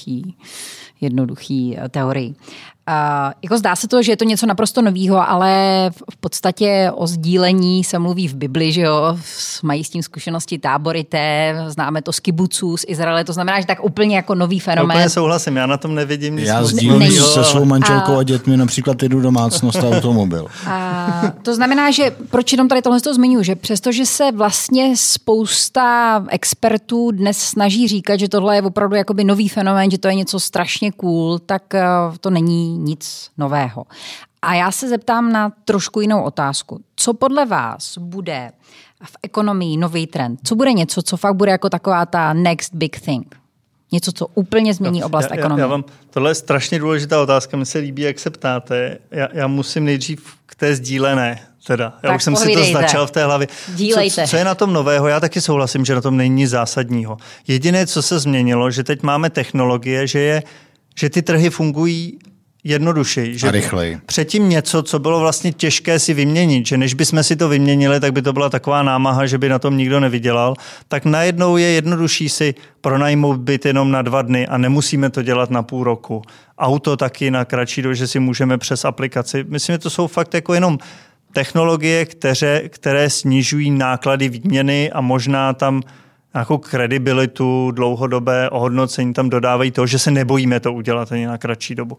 jednoduchý teorii. Jako zdá se to, že je to něco naprosto novýho, ale v podstatě o sdílení se mluví v Bibli, že jo, mají s tím zkušenosti táborité, známe to z kibuců, z Izraele, to znamená, že tak úplně jako nový fenomén. Úplně souhlasím, já na tom nevidím nic. Já sdílím se svou manželkou a dětmi například jedu domácnost a automobil. To znamená, že proč jenom tady tohle zmiňuji, že přestože se vlastně spousta expertů dnes snaží říkat, že tohle je opravdu jakoby nový fenomén, že to je něco strašně cool, tak to není nic nového. A já se zeptám na trošku jinou otázku. Co podle vás bude v ekonomii nový trend? Co bude něco, co fakt bude jako taková ta next big thing? Něco, co úplně změní oblast ekonomie. Tohle je strašně důležitá otázka, mi se líbí, jak se ptáte. Já musím nejdřív k té sdílené. Já už jsem si to začal v té hlavě. Co je na tom nového? Já taky souhlasím, že na tom není nic zásadního. Jediné, co se změnilo, že teď máme technologie, že ty trhy fungují jednodušeji. A rychleji. Předtím něco, co bylo vlastně těžké si vyměnit, že než bychom si to vyměnili, tak by to byla taková námaha, že by na tom nikdo nevydělal, tak najednou je jednodušší si pronajmout byt jenom na 2 dny a nemusíme to dělat na půl roku. Auto taky na kratší dobu, že si můžeme přes aplikaci. Myslím, že to jsou fakt jako jenom technologie, které snižují náklady výměny a možná tam nějakou kredibilitu, dlouhodobé ohodnocení tam dodávají to, že se nebojíme to udělat ani na kratší dobu.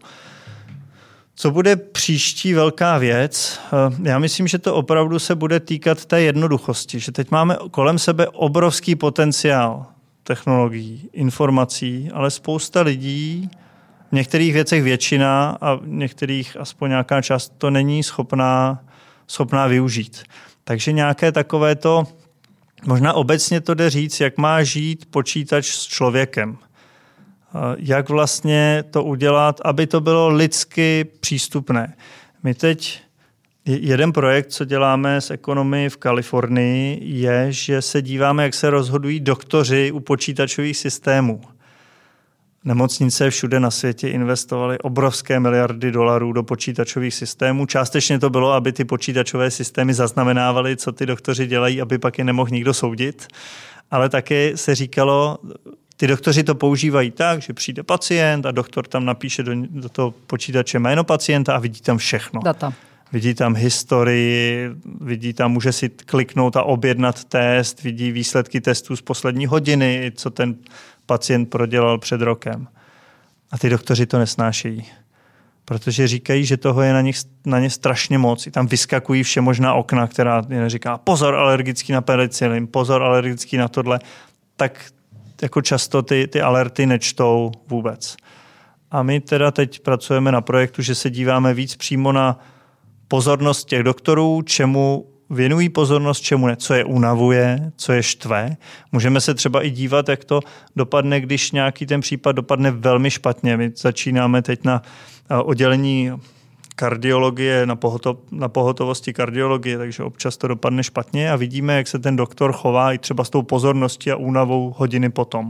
Co bude příští velká věc? Já myslím, že to opravdu se bude týkat té jednoduchosti, že teď máme kolem sebe obrovský potenciál technologií, informací, ale spousta lidí, v některých věcech většina a v některých aspoň nějaká část to není schopná využít. Takže nějaké takovéto, možná obecně to jde říct, jak má žít počítač s člověkem. Jak vlastně to udělat, aby to bylo lidsky přístupné. My teď, jeden projekt, co děláme s ekonomy v Kalifornii, je, že se díváme, jak se rozhodují doktoři u počítačových systémů. Nemocnice všude na světě investovaly obrovské miliardy dolarů do počítačových systémů. Částečně to bylo, aby ty počítačové systémy zaznamenávaly, co ty doktoři dělají, aby pak je nemohl nikdo soudit. Ale taky se říkalo, ty doktoři to používají tak, že přijde pacient a doktor tam napíše do toho počítače jméno pacienta a vidí tam všechno. Data. Vidí tam historii, může si kliknout a objednat test, vidí výsledky testů z poslední hodiny, co ten pacient prodělal před rokem. A ty doktoři to nesnášejí. Protože říkají, že toho je na ně strašně moc. I tam vyskakují všemožná okna, která říká pozor alergický na penicilin, pozor alergický na tohle. Tak jako často ty alerty nečtou vůbec. A my teda teď pracujeme na projektu, že se díváme víc přímo na pozornost těch doktorů, čemu věnují pozornost, čemu ne, co je unavuje, co je štve. Můžeme se třeba i dívat, jak to dopadne, když nějaký ten případ dopadne velmi špatně. My začínáme teď na oddělení kardiologie, na pohotovosti kardiologie, takže občas to dopadne špatně a vidíme, jak se ten doktor chová i třeba s tou pozorností a únavou hodiny potom.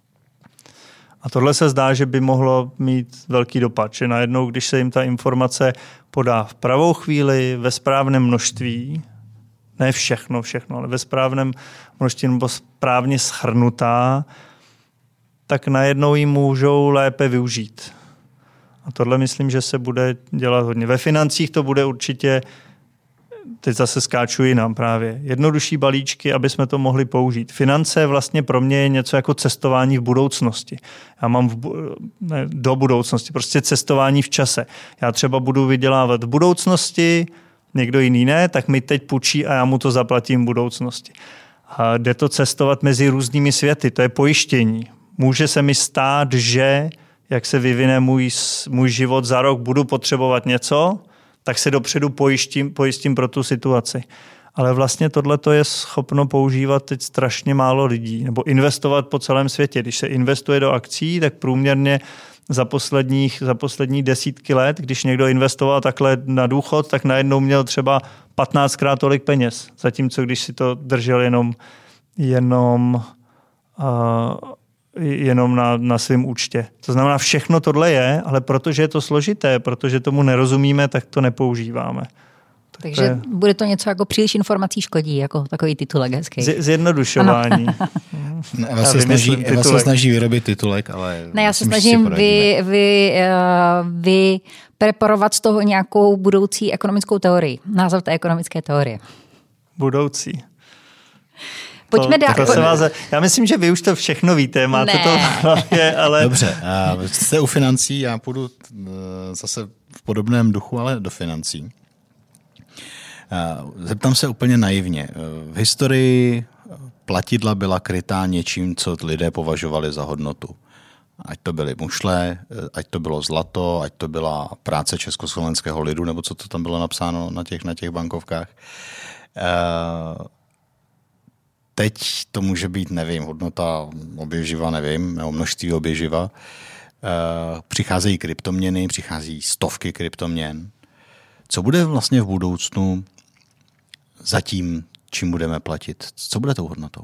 A tohle se zdá, že by mohlo mít velký dopad, že najednou, když se jim ta informace podá v pravou chvíli, ve správném množství, ne všechno, ale ve správném množství nebo správně shrnutá, tak najednou ji můžou lépe využít. A tohle myslím, že se bude dělat hodně. Ve financích to bude určitě, teď zase skáču jinam právě, jednodušší balíčky, aby jsme to mohli použít. Finance vlastně pro mě je něco jako cestování v budoucnosti. Já mám do budoucnosti, prostě cestování v čase. Já třeba budu vydělávat v budoucnosti, někdo jiný ne, tak mi teď půjčí a já mu to zaplatím v budoucnosti. A jde to cestovat mezi různými světy, to je pojištění. Může se mi stát, že jak se vyvine můj život za rok, budu potřebovat něco, tak se dopředu pojistím pro tu situaci. Ale vlastně tohleto je schopno používat teď strašně málo lidí, nebo investovat po celém světě. Když se investuje do akcí, tak průměrně za poslední desítky let, když někdo investoval takhle na důchod, tak najednou měl třeba 15krát tolik peněz. Zatímco když si to držel jenom na svém účtě. To znamená, všechno tohle je, ale protože je to složité, protože tomu nerozumíme, tak to nepoužíváme. Takže bude to něco jako příliš informací škodí, jako takový titulek hezký. Zjednodušování. Eva se snaží vyrobit titulek, ale... Ne, já se snažím preparovat z toho nějakou budoucí ekonomickou teorii. Název té ekonomické teorie. Budoucí. Pojďme dál. Já myslím, že vy už to všechno víte, máte to v hlavě, ale... Dobře, jste u financí, já půjdu zase v podobném duchu, ale do financí. Zeptám se úplně naivně. V historii platidla byla krytá něčím, co lidé považovali za hodnotu. Ať to byly mušle, ať to bylo zlato, ať to byla práce československého lidu, nebo co to tam bylo napsáno na těch bankovkách. Teď to může být, nevím, hodnota oběživa, nevím, nebo množství oběživa. Přicházejí kryptoměny, přichází stovky kryptoměn. Co bude vlastně v budoucnu za tím, čím budeme platit? Co bude tou hodnotou?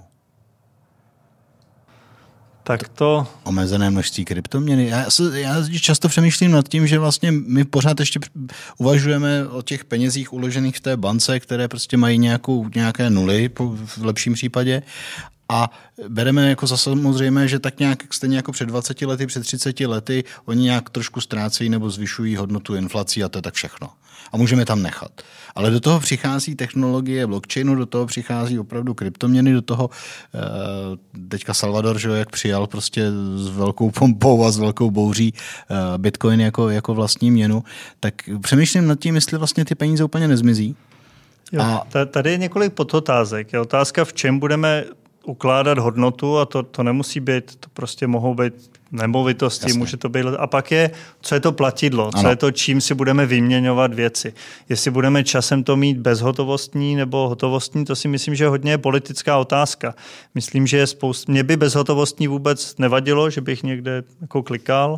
Tak to... Omezené množství kryptoměny. Já často přemýšlím nad tím, že vlastně my pořád ještě uvažujeme o těch penězích uložených v té bance, které prostě mají nějaké nuly v lepším případě. A bereme jako za samozřejmé, že tak nějak stejně jako před 20 lety, před 30 lety, oni nějak trošku ztrácejí nebo zvyšují hodnotu inflací a to je tak všechno. A můžeme tam nechat. Ale do toho přichází technologie blockchainu, do toho přichází opravdu kryptoměny, do toho teďka Salvador, že jak přijal prostě s velkou pompou a s velkou bouří Bitcoin jako vlastní měnu, tak přemýšlím nad tím, jestli vlastně ty peníze úplně nezmizí. Jo, tady je několik podotázek. Je otázka, v čem budeme ukládat hodnotu a to nemusí být, to prostě mohou být nemovitosti, jasně. Může to být. A pak je, co je to platidlo, co je to, čím si budeme vyměňovat věci. Jestli budeme časem to mít bezhotovostní nebo hotovostní, to si myslím, že hodně je politická otázka. Myslím, že je mě by bezhotovostní vůbec nevadilo, že bych někde jako klikal,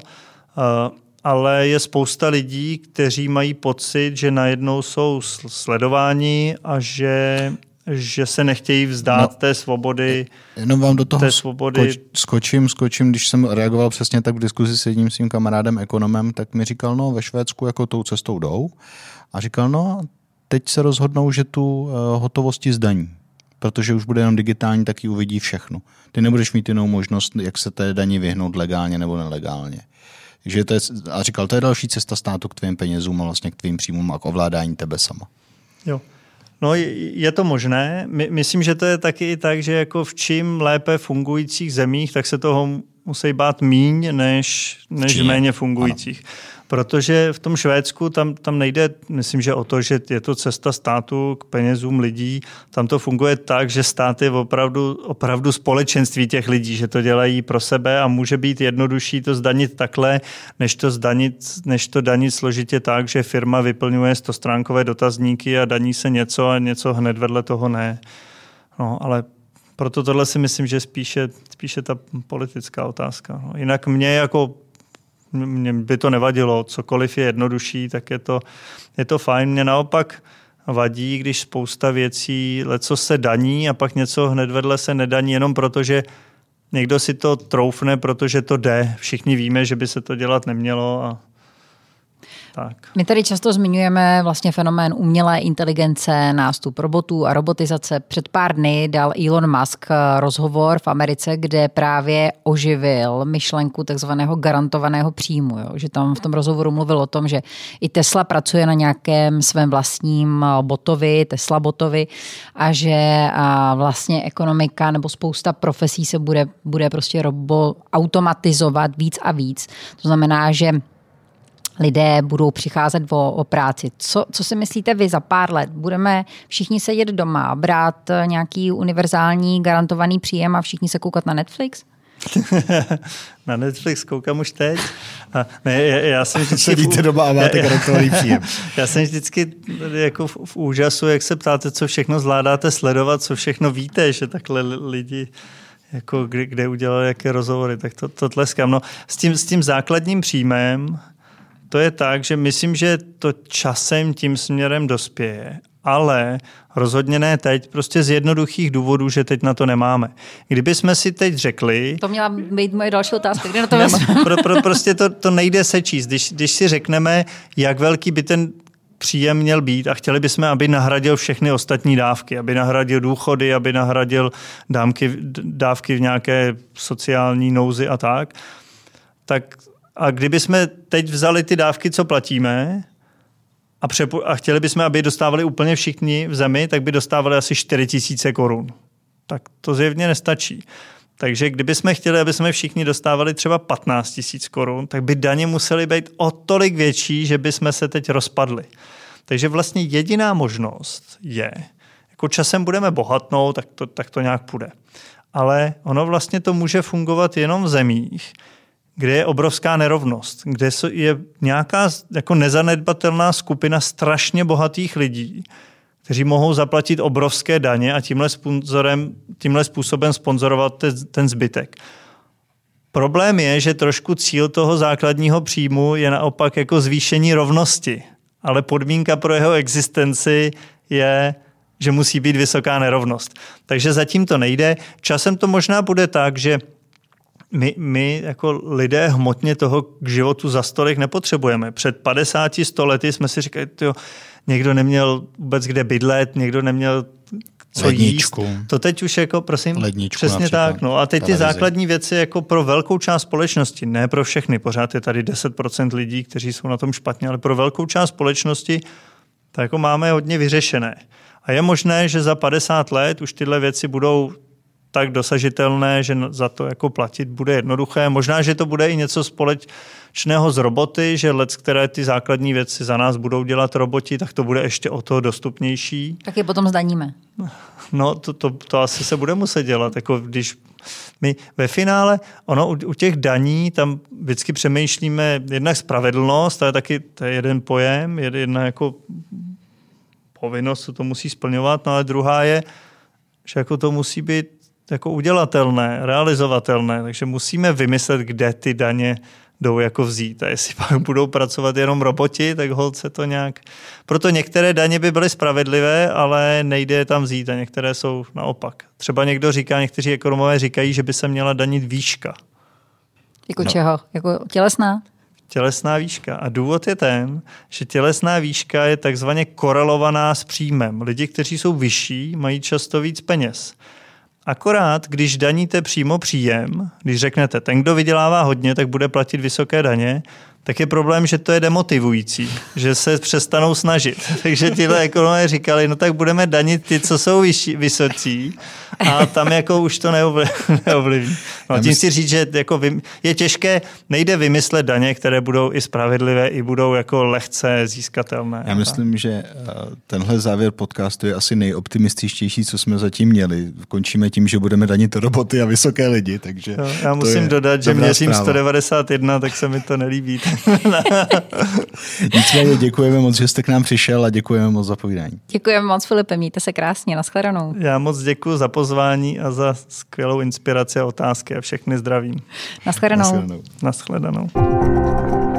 ale je spousta lidí, kteří mají pocit, že najednou jsou sledováni a že se nechtějí vzdát té svobody. Jenom vám do toho skočím, když jsem reagoval přesně tak v diskuzi s jedním svým kamarádem ekonomem, tak mi říkal, ve Švédsku jako tou cestou jdou a říkal, teď se rozhodnou, že tu hotovosti zdaní, protože už bude jenom digitální, tak ji uvidí všechno. Ty nebudeš mít jinou možnost, jak se té daní vyhnout legálně nebo nelegálně. Takže a říkal, to je další cesta státu k tvým penězům a vlastně k tvým příjmům a k ovládání tebe sama. Jo. No, je to možné. Myslím, že to je taky i tak, že jako v čím lépe fungujících zemích, tak se toho musí bát míň než v méně fungujících. Ano. Protože v tom Švédsku tam nejde, myslím, že o to, že je to cesta státu k penězům lidí. Tam to funguje tak, že stát je opravdu společenství těch lidí, že to dělají pro sebe a může být jednodušší to zdanit takhle, než to danit složitě tak, že firma vyplňuje 100stránkové dotazníky a daní se něco a něco hned vedle toho ne. No, ale proto tohle si myslím, že spíše ta politická otázka. No, jinak mě by to nevadilo, cokoliv je jednodušší, tak je to fajn. Mě naopak vadí, když spousta věcí, leco se daní a pak něco hned vedle se nedaní, jenom proto, že někdo si to troufne, protože to jde. Všichni víme, že by se to dělat nemělo. Tak. My tady často zmiňujeme vlastně fenomén umělé inteligence, nástup robotů a robotizace. Před pár dny dal Elon Musk rozhovor v Americe, kde právě oživil myšlenku takzvaného garantovaného příjmu. Jo? Že tam v tom rozhovoru mluvil o tom, že i Tesla pracuje na nějakém svém vlastním botovi, Tesla botovi, a že vlastně ekonomika nebo spousta profesí se bude prostě automatizovat víc a víc. To znamená, že lidé budou přicházet o práci. Co si myslíte vy za pár let? Budeme všichni sedět doma, brát nějaký univerzální garantovaný příjem a všichni se koukat na Netflix? Na Netflix koukám už teď. Já jsem vždycky sedíte doma a máte garantovaný příjem. Já jsem vždycky jako v úžasu, jak se ptáte, co všechno zvládáte sledovat, co všechno víte, že takhle lidi jako kde udělali jaké rozhovory, tak to tleskám. No, s tím základním příjmem to je tak, že myslím, že to časem tím směrem dospěje, ale rozhodně ne teď, prostě z jednoduchých důvodů, že teď na to nemáme. Kdyby jsme si teď řekli... To měla být moje další otázka, kde na to vezme? Prostě to nejde sečíst. Když si řekneme, jak velký by ten příjem měl být a chtěli bychom, aby nahradil všechny ostatní dávky, aby nahradil důchody, aby nahradil dávky v nějaké sociální nouzi a tak a kdyby jsme teď vzali ty dávky, co platíme a chtěli bychom, aby dostávali úplně všichni v zemi, tak by dostávali asi 4 000 korun. Tak to zjevně nestačí. Takže kdybychom chtěli, aby jsme všichni dostávali třeba 15 000 korun, tak by daně musely být o tolik větší, že by jsme se teď rozpadli. Takže vlastně jediná možnost je, jako časem budeme bohatnout, tak to nějak půjde. Ale ono vlastně to může fungovat jenom v zemích, kde je obrovská nerovnost, kde je nějaká jako nezanedbatelná skupina strašně bohatých lidí, kteří mohou zaplatit obrovské daně a tímhle způsobem sponzorovat ten zbytek. Problém je, že trošku cíl toho základního příjmu je naopak jako zvýšení rovnosti, ale podmínka pro jeho existenci je, že musí být vysoká nerovnost. Takže zatím to nejde. Časem to možná bude tak, že my jako lidé hmotně toho k životu za stolik nepotřebujeme. Před 50-100 lety jsme si říkali, někdo neměl vůbec kde bydlet, někdo neměl co ledničku. Jíst. To teď už jako, prosím, ledničku přesně tak. No a teď televizi. Ty základní věci jako pro velkou část společnosti, ne pro všechny, pořád je tady 10% lidí, kteří jsou na tom špatně, ale pro velkou část společnosti to jako máme hodně vyřešené. A je možné, že za 50 let už tyhle věci budou tak dosažitelné, že za to jako platit bude jednoduché. Možná, že to bude i něco společného s roboty, že které ty základní věci za nás budou dělat roboti, tak to bude ještě o to dostupnější. Tak je potom zdaníme. No, to asi se bude muset dělat. Jako když my ve finále, u těch daní tam vždycky přemýšlíme jednak spravedlnost, to je jeden pojem, jedna jako povinnost, co to musí splňovat, no ale druhá je, že jako to musí být jako udělatelné, realizovatelné, takže musíme vymyslet, kde ty daně jdou jako vzít. A jestli pak budou pracovat jenom roboti, tak holt se to nějak... Proto některé daně by byly spravedlivé, ale nejde je tam vzít a některé jsou naopak. Třeba někteří ekonomové říkají, že by se měla danit výška. Jako čeho? Jako tělesná? Tělesná výška. A důvod je ten, že tělesná výška je takzvaně korelovaná s příjmem. Lidi, kteří jsou vyšší, mají často víc peněz. Akorát, když daníte přímo příjem, když řeknete, ten, kdo vydělává hodně, tak bude platit vysoké daně, tak je problém, že to je demotivující, že se přestanou snažit. Takže tihle ekonomové říkali, no tak budeme danit ty, co jsou vysocí a tam jako už to neovlivní. No, tím si říct, že jako je těžké, nejde vymyslet daně, které budou i spravedlivé, i budou jako lehce získatelné. Já myslím, že tenhle závěr podcastu je asi nejoptimističtější, co jsme zatím měli. Končíme tím, že budeme danit roboty a vysoké lidi, takže já musím dodat, že měřím 191, tak se mi to nelíbí. Nicméně děkujeme moc, že jste k nám přišel a děkujeme moc za povídání. Děkujeme moc, Filipe, mějte se krásně, nashledanou. Já moc děkuji za pozvání a za skvělou inspiraci a otázky a všechny zdravím. Nashledanou. Nashledanou.